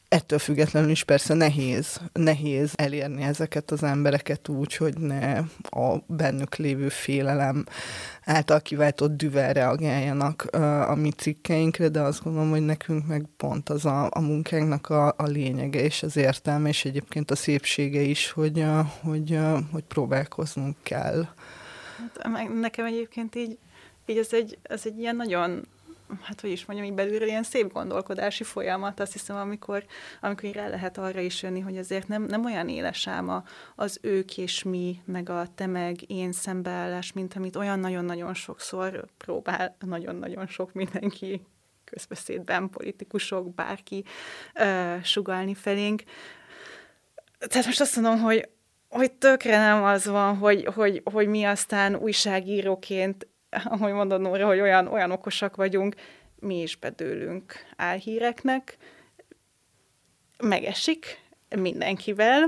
[SPEAKER 4] ettől függetlenül is persze nehéz, nehéz elérni ezeket az embereket úgy, hogy ne a bennük lévő félelem által kiváltott düvel reagáljanak a mi cikkeinkre, de azt gondolom, hogy nekünk meg pont az a, a munkánknak a, a lényege és az értelme, és egyébként a szépsége is, hogy, hogy, hogy próbálkoznunk kell.
[SPEAKER 1] Hát, nekem egyébként így, így ez, egy, ez egy ilyen nagyon, hát hogy is mondjam, így belülről ilyen szép gondolkodási folyamat, azt hiszem, amikor, amikor rá lehet arra is jönni, hogy azért nem, nem olyan éles ám az ők és mi, meg a te meg én szembeállás, mint amit olyan nagyon-nagyon sokszor próbál, nagyon-nagyon sok mindenki közbeszédben, politikusok, bárki uh, sugallni felénk. Tehát most azt mondom, hogy, hogy tökre nem az van, hogy, hogy, hogy mi aztán újságíróként, ahogy mondod Nóra, hogy olyan, olyan okosak vagyunk, mi is bedőlünk álhíreknek, megesik mindenkivel,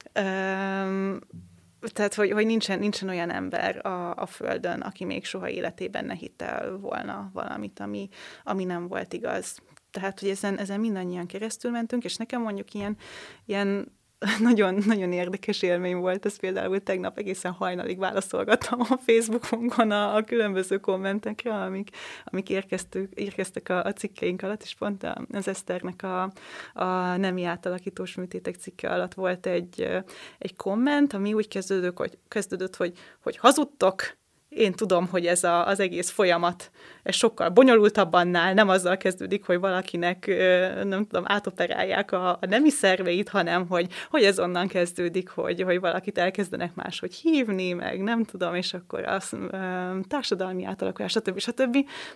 [SPEAKER 1] Üm, tehát, hogy, hogy nincsen, nincsen olyan ember a, a Földön, aki még soha életében ne hitte el volna valamit, ami, ami nem volt igaz. Tehát, hogy ezen, ezen mindannyian keresztül mentünk, és nekem mondjuk ilyen, ilyen Nagyon, nagyon érdekes élmény volt, ez például tegnap egészen hajnalig válaszolgattam a Facebookunkon a, a különböző kommentekre, amik, amik érkeztek a, a cikkeink alatt, és pont az Eszternek a, a nemi átalakítós műtétek cikke alatt volt egy, egy komment, ami úgy kezdődött, hogy, kezdődött, hogy, hogy hazudtok. Én tudom, hogy ez a, az egész folyamat ez sokkal bonyolultabb annál, nem azzal kezdődik, hogy valakinek, nem tudom, átoperálják a, a nemi szerveit, hanem hogy, hogy ez onnan kezdődik, hogy, hogy valakit elkezdenek máshogy hívni, meg nem tudom, és akkor az társadalmi átalakulás, stb. stb.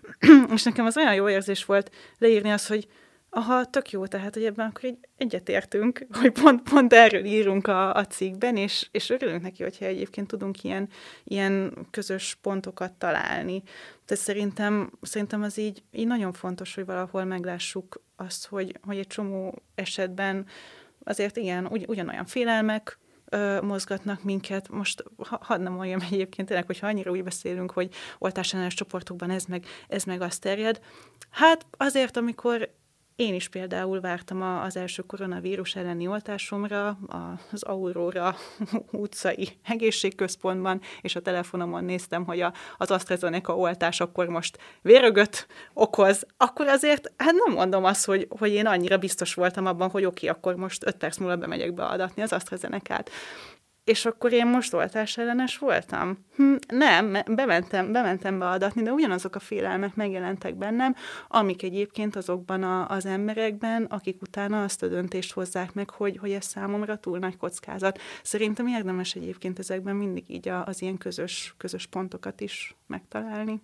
[SPEAKER 1] És nekem az olyan jó érzés volt leírni azt, hogy aha, tök jó, tehát, hogy ebben akkor egy egyetértünk, hogy pont, pont erről írunk a, a cikkben, és, és örülünk neki, hogyha egyébként tudunk ilyen, ilyen közös pontokat találni. Tehát szerintem, szerintem az így, így nagyon fontos, hogy valahol meglássuk azt, hogy, hogy egy csomó esetben azért igen, ugy, ugyanolyan félelmek ö, mozgatnak minket. Most ha, hadd nem mondjam egyébként tényleg, hogyha annyira úgy beszélünk, hogy oltásellenes csoportokban ez meg, ez meg azt terjed. Hát azért, amikor én is például vártam az első koronavírus elleni oltásomra az Aurora utcai egészségközpontban, és a telefonomon néztem, hogy a, az AstraZeneca oltás akkor most vérögöt okoz, akkor azért, hát nem mondom azt, hogy, hogy én annyira biztos voltam abban, hogy oké, akkor most öt perc múlva bemegyek beadatni az AstraZenecát. És akkor én most oltásellenes voltam? Hm, nem, bementem, bementem beadatni, de ugyanazok a félelmek megjelentek bennem, amik egyébként azokban a, az emberekben, akik utána azt a döntést hozzák meg, hogy, hogy ez számomra túl nagy kockázat. Szerintem érdemes egyébként ezekben mindig így az ilyen közös, közös pontokat is megtalálni.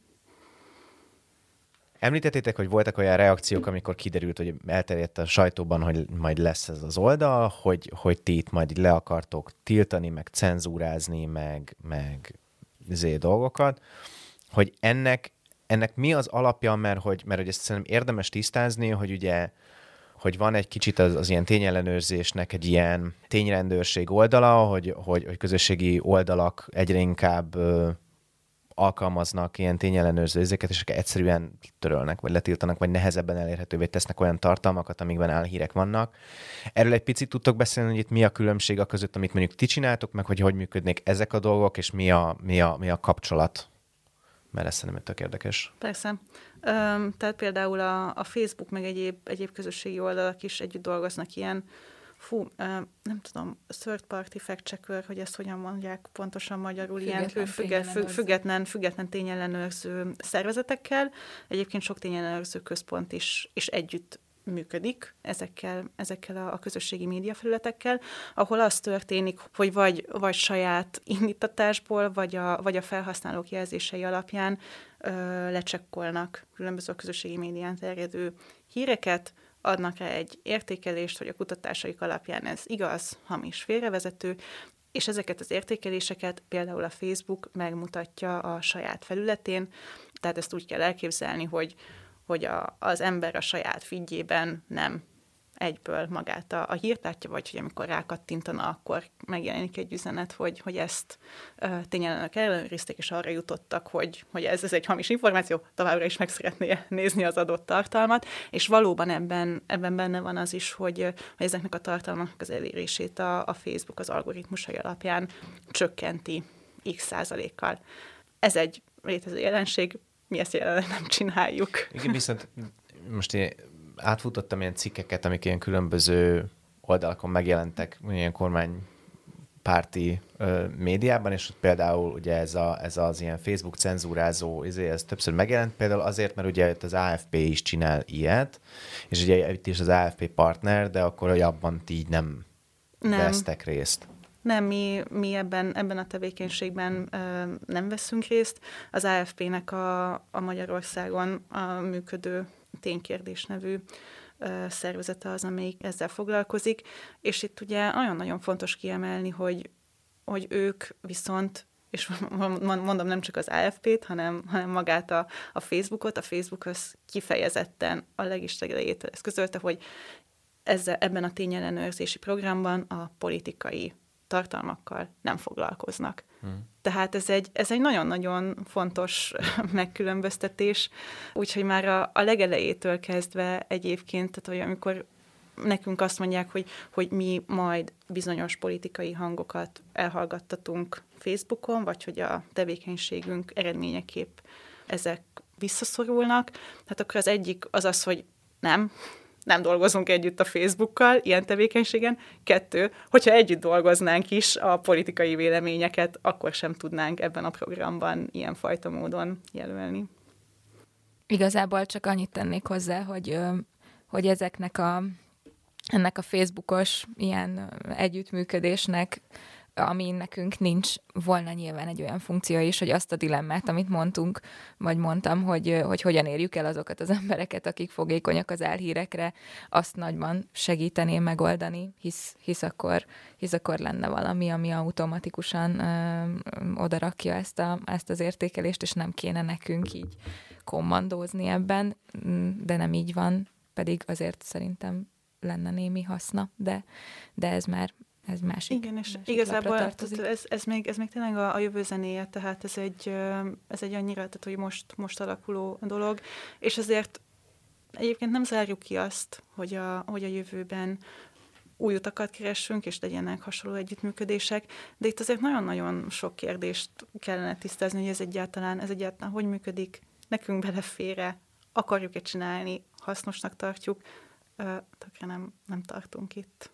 [SPEAKER 2] Említettétek, hogy voltak olyan reakciók, amikor kiderült, hogy elterjedt a sajtóban, hogy majd lesz ez az oldal, hogy, hogy ti itt majd le akartok tiltani, meg cenzúrázni, meg, meg zé dolgokat, hogy ennek, ennek mi az alapja, mert hogy, mert hogy ezt szerintem érdemes tisztázni, hogy ugye hogy van egy kicsit az, az ilyen tényellenőrzésnek egy ilyen tényrendőrség oldala, hogy, hogy, hogy közösségi oldalak egyre inkább alkalmaznak ilyen tényellenőrző érzéket, és egyszerűen törölnek, vagy letiltanak, vagy nehezebben elérhetővé tesznek olyan tartalmakat, amikben álhírek vannak. Erről egy picit tudtok beszélni, hogy itt mi a különbség a között, amit mondjuk ti csináltok, meg hogy hogy működnék ezek a dolgok, és mi a, mi a, mi a kapcsolat? Mert ez szerintem tök érdekes.
[SPEAKER 1] Persze. Üm, tehát például a, a Facebook, meg egyéb, egyéb közösségi oldalak is együtt dolgoznak ilyen Fú, nem tudom, third party fact checker, hogy ezt hogyan mondják pontosan magyarul, független ilyen független, független, független tényellenőrző szervezetekkel. Egyébként sok tényellenőrző központ is, is együtt működik ezekkel, ezekkel a, a közösségi médiafelületekkel, ahol az történik, hogy vagy, vagy saját indítatásból, vagy a, vagy a felhasználók jelzései alapján ö, lecsekkolnak különböző közösségi médián terjedő híreket, adnak rá egy értékelést, hogy a kutatásaik alapján ez igaz, hamis, félrevezető, és ezeket az értékeléseket például a Facebook megmutatja a saját felületén, tehát ezt úgy kell elképzelni, hogy, hogy a, az ember a saját feedjében nem egyből magát a, a hírtártya, vagy hogy amikor rákattintana, akkor megjelenik egy üzenet, hogy, hogy ezt uh, tényleg ellenőrizték, és arra jutottak, hogy, hogy ez, ez egy hamis információ, továbbra is meg szeretné nézni az adott tartalmat, és valóban ebben, ebben benne van az is, hogy, hogy ezeknek a tartalmaknak az elérését a, a Facebook az algoritmusai alapján csökkenti x százalékkal. Ez egy létező jelenség, mi ezt jelenleg nem csináljuk.
[SPEAKER 2] Igen, viszont most én átfutottam ilyen cikkeket, amik ilyen különböző oldalakon megjelentek, ilyen kormánypárti ö, médiában, és ott például ugye ez, a, ez az ilyen Facebook cenzúrázó, ez többször megjelent, például azért, mert ugye az á ef pé is csinál ilyet, és ugye itt is az á ef pé partner, de akkor hogy abban így nem, nem. vesztek részt.
[SPEAKER 1] Nem, mi, mi ebben, ebben a tevékenységben ö, nem veszünk részt. Az á ef pének a, a Magyarországon a működő Ténykérdés nevű ö, szervezete az, amelyik ezzel foglalkozik, és itt ugye nagyon-nagyon fontos kiemelni, hogy, hogy ők viszont, és mondom nem csak az á ef pét, hanem, hanem magát a, a Facebookot, a Facebook az kifejezetten a legislegelejétől ezt közölte, hogy ezzel, ebben a tényellenőrzési programban a politikai tartalmakkal nem foglalkoznak. Hmm. Tehát ez egy, ez egy nagyon-nagyon fontos megkülönböztetés, úgyhogy már a, a legelejétől kezdve egyébként, tehát hogy amikor nekünk azt mondják, hogy, hogy mi majd bizonyos politikai hangokat elhallgattatunk Facebookon, vagy hogy a tevékenységünk eredményeképp ezek visszaszorulnak, hát akkor az egyik az az, hogy nem, nem dolgozunk együtt a Facebookkal, ilyen tevékenységen. Kettő, hogyha együtt dolgoznánk is a politikai véleményeket, akkor sem tudnánk ebben a programban ilyenfajta módon jelölni.
[SPEAKER 3] Igazából csak annyit tennék hozzá, hogy, hogy ezeknek a, ennek a Facebookos ilyen együttműködésnek, ami nekünk nincs, volna nyilván egy olyan funkció is, hogy azt a dilemmát, amit mondtunk, vagy mondtam, hogy, hogy hogyan érjük el azokat az embereket, akik fogékonyak az álhírekre, azt nagyban segítené megoldani, hisz, hisz, akkor, hisz akkor lenne valami, ami automatikusan ö, odarakja ezt, a, ezt az értékelést, és nem kéne nekünk így kommandózni ebben, de nem így van, pedig azért szerintem lenne némi haszna, de, de ez már ez másik.
[SPEAKER 1] Igen, és igazából ez, ez, még, ez még tényleg a, a jövő zenéje, tehát ez egy, ez egy annyira, tehát, hogy most, most alakuló dolog, és ezért egyébként nem zárjuk ki azt, hogy a, hogy a jövőben új utakat keressünk, és legyenek hasonló együttműködések, de itt azért nagyon-nagyon sok kérdést kellene tisztázni, hogy ez egyáltalán, ez egyáltalán hogy működik, nekünk belefér-e, akarjuk-e csinálni, hasznosnak tartjuk, tökre nem, nem tartunk itt.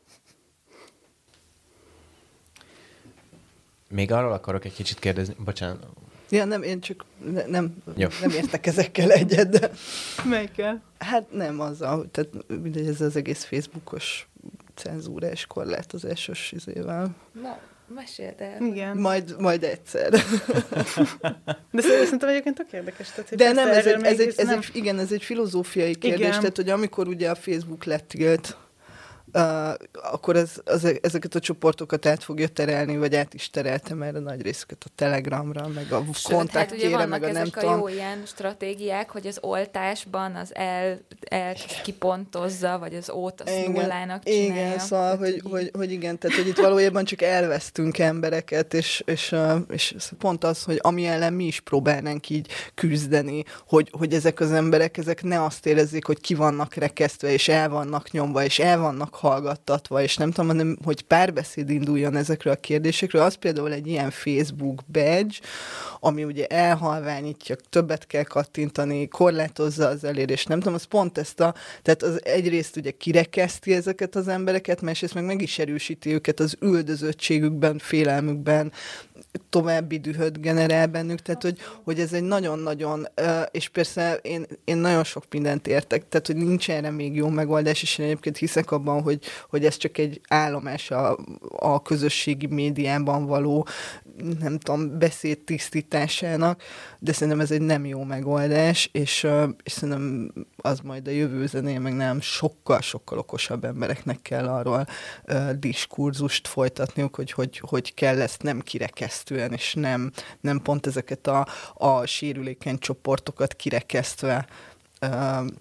[SPEAKER 2] Még arról akarok egy kicsit kérdezni, bocsánat.
[SPEAKER 4] Ja, nem, én csak ne, nem, nem értek ezekkel egyet, de...
[SPEAKER 1] Melyikkel?
[SPEAKER 4] Hát nem azzal, tehát mindegy, ez az egész Facebookos cenzúrás korlátozásos izével.
[SPEAKER 3] Na, meséld el.
[SPEAKER 1] Igen.
[SPEAKER 4] Majd, majd egyszer.
[SPEAKER 1] De szerintem egyébként tök érdekes. Tehát,
[SPEAKER 4] de nem, ez egy, ez egy, ez
[SPEAKER 1] nem...
[SPEAKER 4] egy, igen, ez egy filozófiai kérdés, igen. Tehát, hogy amikor ugye a Facebook letilt, Uh, akkor ez, az, ezeket a csoportokat át fogja terelni, vagy át is tereltem erre nagy részüket a Telegramra, meg a kontaktjére, hát meg a nem tudom.
[SPEAKER 3] Vannak ezek a jó ilyen stratégiák, hogy az oltásban az el, el kipontozza, vagy az ót az igen, nullának csinálja.
[SPEAKER 4] Igen, szóval, tehát, hogy, hogy, hogy igen, tehát hogy itt valójában csak elvesztünk embereket, és, és, és pont az, hogy ami ellen mi is próbálnánk így küzdeni, hogy, hogy ezek az emberek, ezek ne azt érezzék, hogy ki vannak rekesztve, és el vannak nyomva, és el vannak hallgattatva, és nem tudom, hanem, hogy párbeszéd induljon ezekről a kérdésekről. Az például egy ilyen Facebook badge, ami ugye elhalványítja, többet kell kattintani, korlátozza az elérést, nem tudom, az pont ezt a, tehát az egyrészt ugye kirekeszti ezeket az embereket, másrészt meg meg is erősíti őket az üldözöttségükben, félelmükben, további dühöt generál bennük, tehát hogy, hogy ez egy nagyon-nagyon, és persze én, én nagyon sok mindent értek, tehát hogy nincs erre még jó megoldás, és én egyébként hiszek abban, hogy, hogy ez csak egy állomás a, a közösségi médiában való, nem tudom, beszéd tisztításának, de szerintem ez egy nem jó megoldás, és, és szerintem az majd a jövő zenéje, meg nem sokkal-sokkal okosabb embereknek kell arról uh, diskurzust folytatniuk, hogy, hogy, hogy kell ezt nem kirekesztően, és nem, nem pont ezeket a, a sérülékeny csoportokat kirekesztve uh,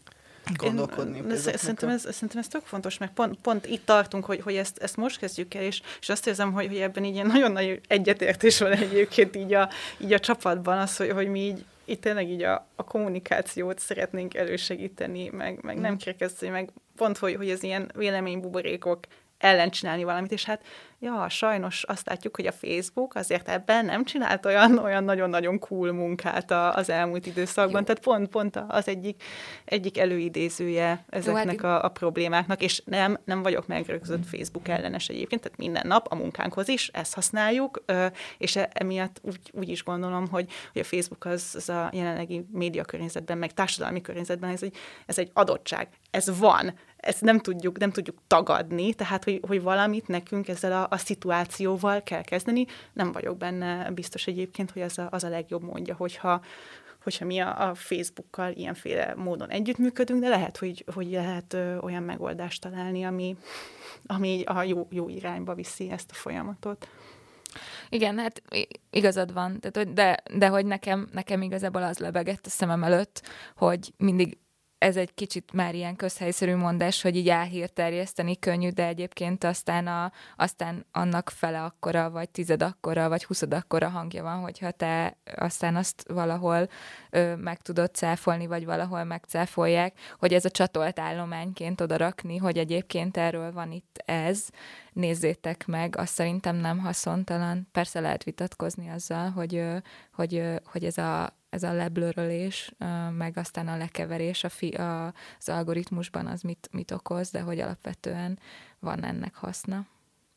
[SPEAKER 4] gondolkodni.
[SPEAKER 1] Én, szerintem, ez, szerintem ez tök fontos, meg pont, pont itt tartunk, hogy, hogy ezt, ezt most kezdjük el, és, és azt érzem, hogy, hogy ebben így nagyon nagy egyetértés van egyébként így a, így a csapatban, az, hogy, hogy mi így itt tényleg így a, a kommunikációt szeretnénk elősegíteni, meg, meg nem kirekeszteni, meg pont, hogy, hogy az ilyen véleménybuborékok ellen csinálni valamit, és hát ja, sajnos azt látjuk, hogy a Facebook azért ebben nem csinált olyan, olyan nagyon-nagyon cool munkát az elmúlt időszakban, Jó. tehát pont, pont az egyik, egyik előidézője ezeknek Jó, hát... a, a problémáknak, és nem, nem vagyok megrögzött Facebook ellenes egyébként, tehát minden nap a munkánkhoz is ezt használjuk, és emiatt úgy, úgy is gondolom, hogy, hogy a Facebook az, az a jelenlegi médiakörnyezetben, meg társadalmi környezetben ez egy, ez egy adottság, ez van, ezt nem tudjuk, nem tudjuk tagadni, tehát, hogy, hogy valamit nekünk ezzel a, a szituációval kell kezdeni. Nem vagyok benne biztos egyébként, hogy az a, az a legjobb módja, hogyha, hogyha mi a, a Facebookkal ilyenféle módon együttműködünk, de lehet, hogy, hogy lehet ö, olyan megoldást találni, ami, ami a jó, jó irányba viszi ezt a folyamatot.
[SPEAKER 3] Igen, hát igazad van, tehát, de, de hogy nekem, nekem igazából az lebegett a szemem előtt, hogy mindig ez egy kicsit már ilyen közhelyszerű mondás, hogy így álhírt terjeszteni könnyű, de egyébként aztán, a, aztán annak fele akkora, vagy tized akkora, vagy huszad akkora hangja van, hogyha te aztán azt valahol ö, meg tudod cáfolni, vagy valahol megcáfolják, hogy ez a csatolt állományként odarakni, hogy egyébként erről van itt ez, nézzétek meg, azt szerintem nem haszontalan. Persze lehet vitatkozni azzal, hogy, hogy, hogy ez a ez a leblörölés, meg aztán a lekeverés a fi, a, az algoritmusban az mit, mit okoz, de hogy alapvetően van ennek haszna.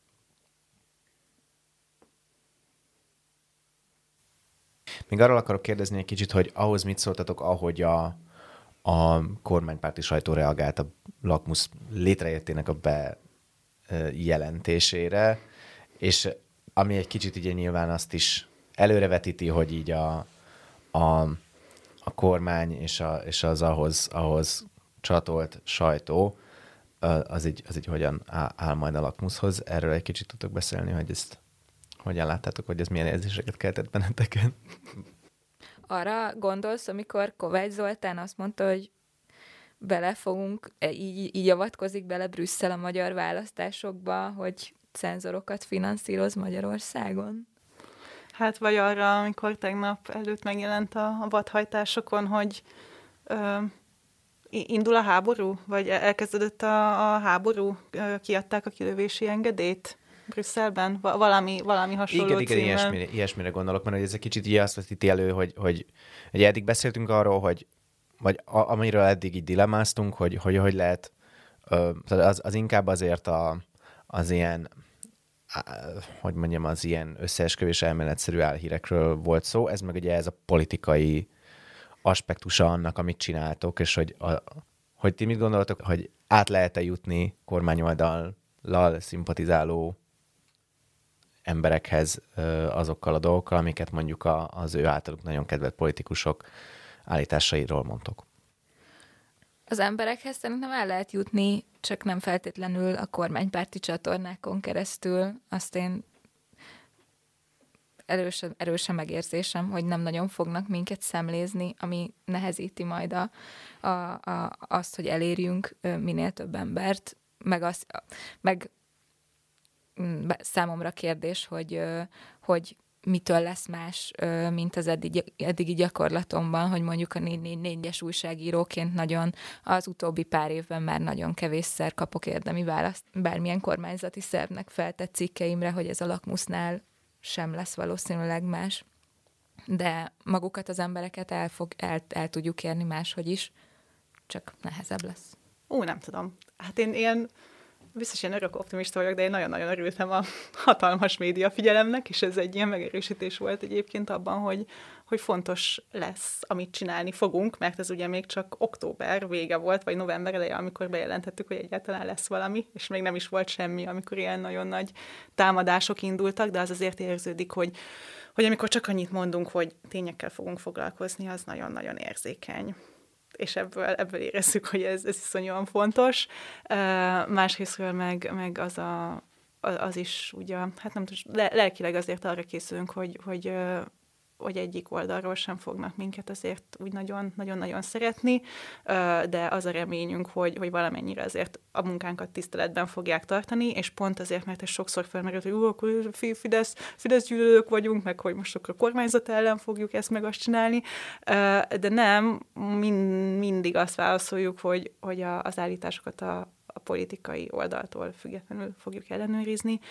[SPEAKER 2] Még arról akarok kérdezni egy kicsit, hogy ahhoz mit szóltatok, ahogy a, a kormánypárti sajtó reagált a lakmusz létrejöttének a bejelentésére, és ami egy kicsit így nyilván azt is előrevetíti, hogy így a A, a kormány és, a, és az ahhoz, ahhoz csatolt sajtó, az így, az így hogyan áll majd a lakmuszhoz. Erről egy kicsit tudtok beszélni, hogy ezt hogyan láttátok, hogy ez milyen érzéseket keltett benneteken?
[SPEAKER 3] Arra gondolsz, amikor Kovács Zoltán azt mondta, hogy belefogunk, így, így avatkozik bele Brüsszel a magyar választásokba, hogy cenzorokat finanszíroz Magyarországon?
[SPEAKER 1] Hát vagy arra, amikor tegnap előtt megjelent a, a vadhajtásokon, hogy ö, indul a háború, vagy elkezdődött a, a háború, kiadták a kilövési engedélyt Brüsszelben, Va- valami, valami hasonló
[SPEAKER 2] igen, igen,
[SPEAKER 1] címmel.
[SPEAKER 2] ilyesmire, ilyesmire gondolok, mert ez egy kicsit így azt vetíti elő, hogy, hogy, hogy eddig beszéltünk arról, hogy vagy a, amiről eddig így dilemmáztunk, hogy hogy, hogy lehet, az, az inkább azért a, az ilyen hogy mondjam, az ilyen összeesküvés elméletszerű álhírekről volt szó, ez meg ugye ez a politikai aspektusa annak, amit csináltok, és hogy, a, hogy ti mit gondoltok, hogy át lehet-e jutni kormányoldallal szimpatizáló emberekhez azokkal a dolgokkal, amiket mondjuk a, az ő általuk nagyon kedvelt politikusok állításairól mondtok?
[SPEAKER 3] Az emberekhez szerintem el lehet jutni, csak nem feltétlenül a kormánypárti csatornákon keresztül. Azt én erősen, erősen megérzésem, hogy nem nagyon fognak minket szemlézni, ami nehezíti majd a, a, a, azt, hogy elérjünk minél több embert. Meg, az, meg számomra kérdés, hogy, hogy mitől lesz más, mint az eddig, eddigi gyakorlatomban, hogy mondjuk a négyes újságíróként nagyon az utóbbi pár évben már nagyon kevésszer kapok érdemi választ bármilyen kormányzati szervnek feltett cikkeimre, hogy ez a lakmusznál sem lesz valószínűleg más. De magukat az embereket el, fog, el, el tudjuk érni máshogy is, csak nehezebb lesz.
[SPEAKER 1] Ú, nem tudom. Hát én ilyen biztos ilyen örök optimista vagyok, de én nagyon-nagyon örültem a hatalmas média figyelemnek, és ez egy ilyen megerősítés volt egyébként abban, hogy, hogy fontos lesz, amit csinálni fogunk, mert ez ugye még csak október vége volt, vagy november eleje, amikor bejelentettük, hogy egyáltalán lesz valami, és még nem is volt semmi, amikor ilyen nagyon nagy támadások indultak, de az azért érződik, hogy, hogy amikor csak annyit mondunk, hogy tényekkel fogunk foglalkozni, az nagyon-nagyon érzékeny. És ebből, ebből érezzük, hogy ez, ez iszonyúan fontos. Uh, másrésztről meg, meg az, a, az is ugye, hát nem tudom, le, lelkileg azért arra készülünk, hogy, hogy uh, hogy egyik oldalról sem fognak minket azért úgy nagyon-nagyon szeretni, de az a reményünk, hogy, hogy valamennyire azért a munkánkat tiszteletben fogják tartani, és pont azért, mert ez sokszor felmerült, hogy ú, akkor Fidesz, Fidesz gyűlölők vagyunk, meg hogy most akkor a kormányzat ellen fogjuk ezt meg azt csinálni, de nem, mind, mindig azt válaszoljuk, hogy, hogy a, az állításokat a, a politikai oldaltól függetlenül fogjuk ellenőrizni,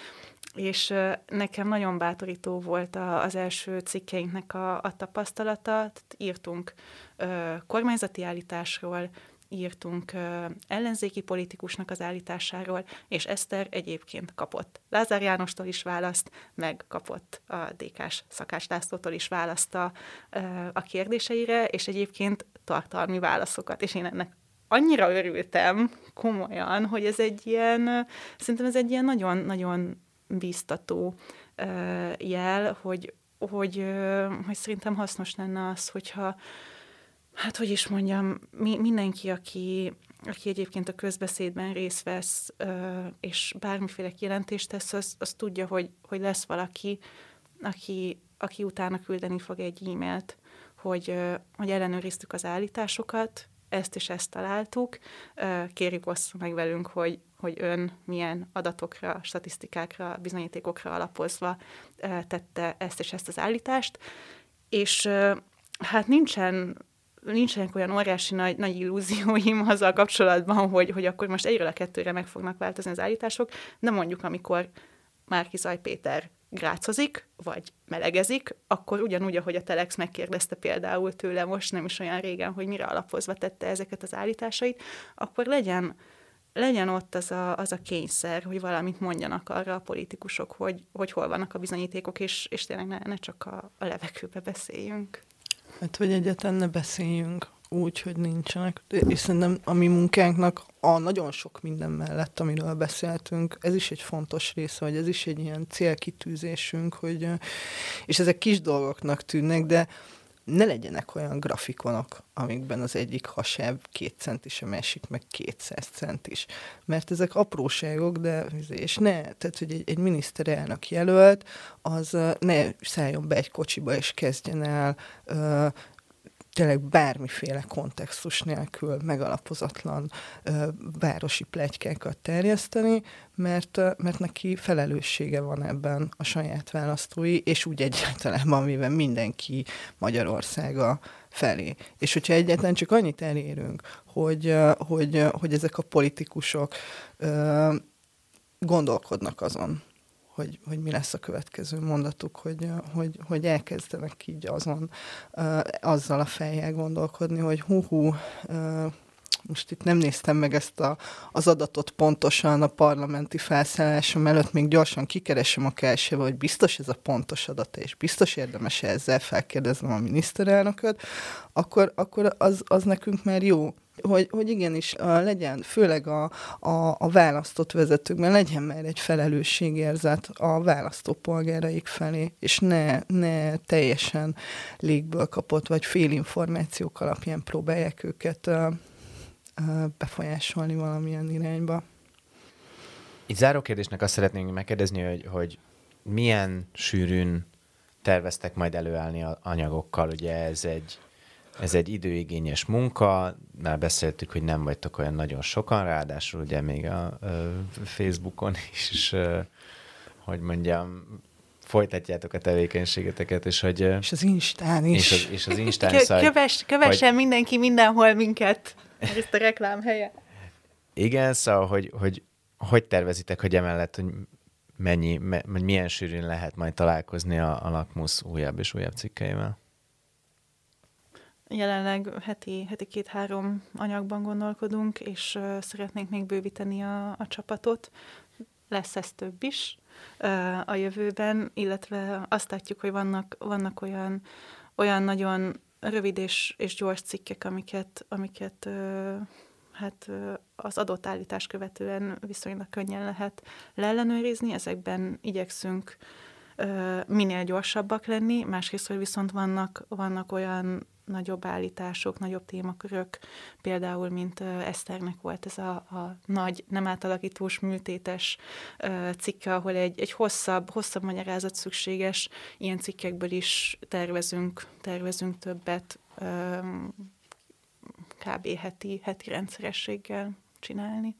[SPEAKER 1] és nekem nagyon bátorító volt a, az első cikkeinknek a, a tapasztalata, tehát írtunk ö, kormányzati állításról, írtunk ö, ellenzéki politikusnak az állításáról, és Eszter egyébként kapott Lázár Jánostól is választ, meg kapott a dé ká-s Szakács Lászlótól is választ a, ö, a kérdéseire, és egyébként tartalmi válaszokat, és én ennek annyira örültem komolyan, hogy ez egy ilyen, szerintem ez egy ilyen nagyon-nagyon bíztató uh, jel, hogy, hogy, uh, hogy szerintem hasznos lenne az, hogyha, hát hogy is mondjam, mi, mindenki, aki, aki egyébként a közbeszédben részt vesz, uh, és bármiféle kijelentést tesz, az, az tudja, hogy, hogy lesz valaki, aki, aki utána küldeni fog egy e-mailt, hogy, uh, hogy ellenőriztük az állításokat, ezt és ezt találtuk, kérjük ossza meg velünk, hogy, hogy ön milyen adatokra, statisztikákra, bizonyítékokra alapozva tette ezt és ezt az állítást, és hát nincsen, nincsenek olyan óriási nagy, nagy illúzióim azzal kapcsolatban, hogy, hogy akkor most egyről a kettőre meg fognak változni az állítások, de mondjuk, amikor Márki-Zay Péter grácozik, vagy melegezik, akkor ugyanúgy, ahogy a Telex megkérdezte például tőle most nem is olyan régen, hogy mire alapozva tette ezeket az állításait, akkor legyen, legyen ott az a, az a kényszer, hogy valamit mondjanak arra a politikusok, hogy, hogy hol vannak a bizonyítékok, és, és tényleg ne, ne csak a, a levegőbe beszéljünk.
[SPEAKER 4] Hát, hogy egyáltalán ne beszéljünk úgy, hogy nincsenek. És szerintem a mi munkánknak a nagyon sok minden mellett, amiről beszéltünk, ez is egy fontos része, hogy ez is egy ilyen célkitűzésünk, hogy, és ezek kis dolgoknak tűnnek, de ne legyenek olyan grafikonok, amikben az egyik hasáb két centis, a másik meg kétszáz centis. Mert ezek apróságok, de és ne, tehát, hogy egy, egy miniszterelnök jelölt, az ne szálljon be egy kocsiba és kezdjen el uh, tényleg bármiféle kontextus nélkül megalapozatlan ö, városi pletykákat terjeszteni, mert, ö, mert neki felelőssége van ebben a saját választói, és úgy egyáltalán véve mindenki Magyarországa felé. És hogyha egyáltalán csak annyit elérünk, hogy, ö, hogy, ö, hogy ezek a politikusok ö, gondolkodnak azon, Hogy, hogy mi lesz a következő mondatuk, hogy, hogy, hogy elkezdenek így azon, uh, azzal a fejjel gondolkodni, hogy hú-hú, uh, most itt nem néztem meg ezt a, az adatot pontosan a parlamenti felszállásom előtt, még gyorsan kikeresem a keresébe, hogy biztos ez a pontos adat, és biztos érdemes ezzel felkérdeznem a miniszterelnököt, akkor, akkor az, az nekünk már jó. Hogy, hogy igenis uh, legyen, főleg a, a, a választott vezetőkben legyen már egy felelősségérzet a választópolgáraik felé, és ne, ne teljesen légből kapott, vagy félinformációk alapján próbálják őket uh, uh, befolyásolni valamilyen irányba.
[SPEAKER 2] Itt záró kérdésnek azt szeretnénk megkérdezni, hogy, hogy milyen sűrűn terveztek majd előállni a anyagokkal, ugye ez egy Ez egy időigényes munka, már beszéltük, hogy nem vagytok olyan nagyon sokan, ráadásul ugye még a, a Facebookon is, hogy mondjam, folytatjátok a tevékenységeteket, és hogy...
[SPEAKER 4] És az Instán is.
[SPEAKER 2] És az, és az Instán is.
[SPEAKER 1] Köves, kövessen hogy, mindenki mindenhol minket, ezt a reklám helye.
[SPEAKER 2] Igen, szóval, hogy, hogy hogy tervezitek, hogy emellett, hogy mennyi, me, milyen sűrűn lehet majd találkozni a, a Lakmusz újabb és újabb cikkeivel?
[SPEAKER 1] Jelenleg heti, heti két-három anyagban gondolkodunk, és uh, szeretnénk még bővíteni a, a csapatot. Lesz ez több is uh, a jövőben, illetve azt látjuk, hogy vannak, vannak olyan, olyan nagyon rövid és, és gyors cikkek, amiket, amiket uh, hát, uh, az adott állítás követően viszonylag könnyen lehet leellenőrizni. Ezekben igyekszünk uh, minél gyorsabbak lenni, másrészt, hogy viszont vannak, vannak olyan nagyobb állítások, nagyobb témakörök, például, mint Eszternek volt ez a, a nagy, nem átalakítós, műtétes cikke, ahol egy, egy hosszabb, hosszabb magyarázat szükséges. Ilyen cikkekből is tervezünk, tervezünk többet, kb. heti, heti rendszerességgel csinálni.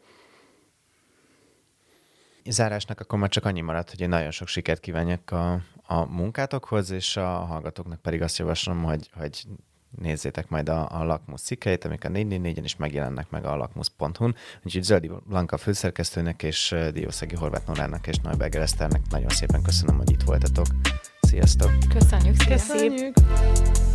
[SPEAKER 2] Zárásnak akkor már csak annyi maradt, hogy én nagyon sok sikert kívánjak a, a munkátokhoz, és a hallgatóknak pedig azt javaslom, hogy, hogy nézzétek majd a, a Lakmus cikkeit, amik a négy négy négyen is megjelennek meg a lakmus pont hu-n. Úgyhogy Zöldi Blanka főszerkesztőnek és Diószegi Horváth Nórának és Neuberger Eszternek nagyon szépen köszönöm, hogy itt voltatok. Sziasztok!
[SPEAKER 3] Köszönjük szépen!
[SPEAKER 1] Köszönjük!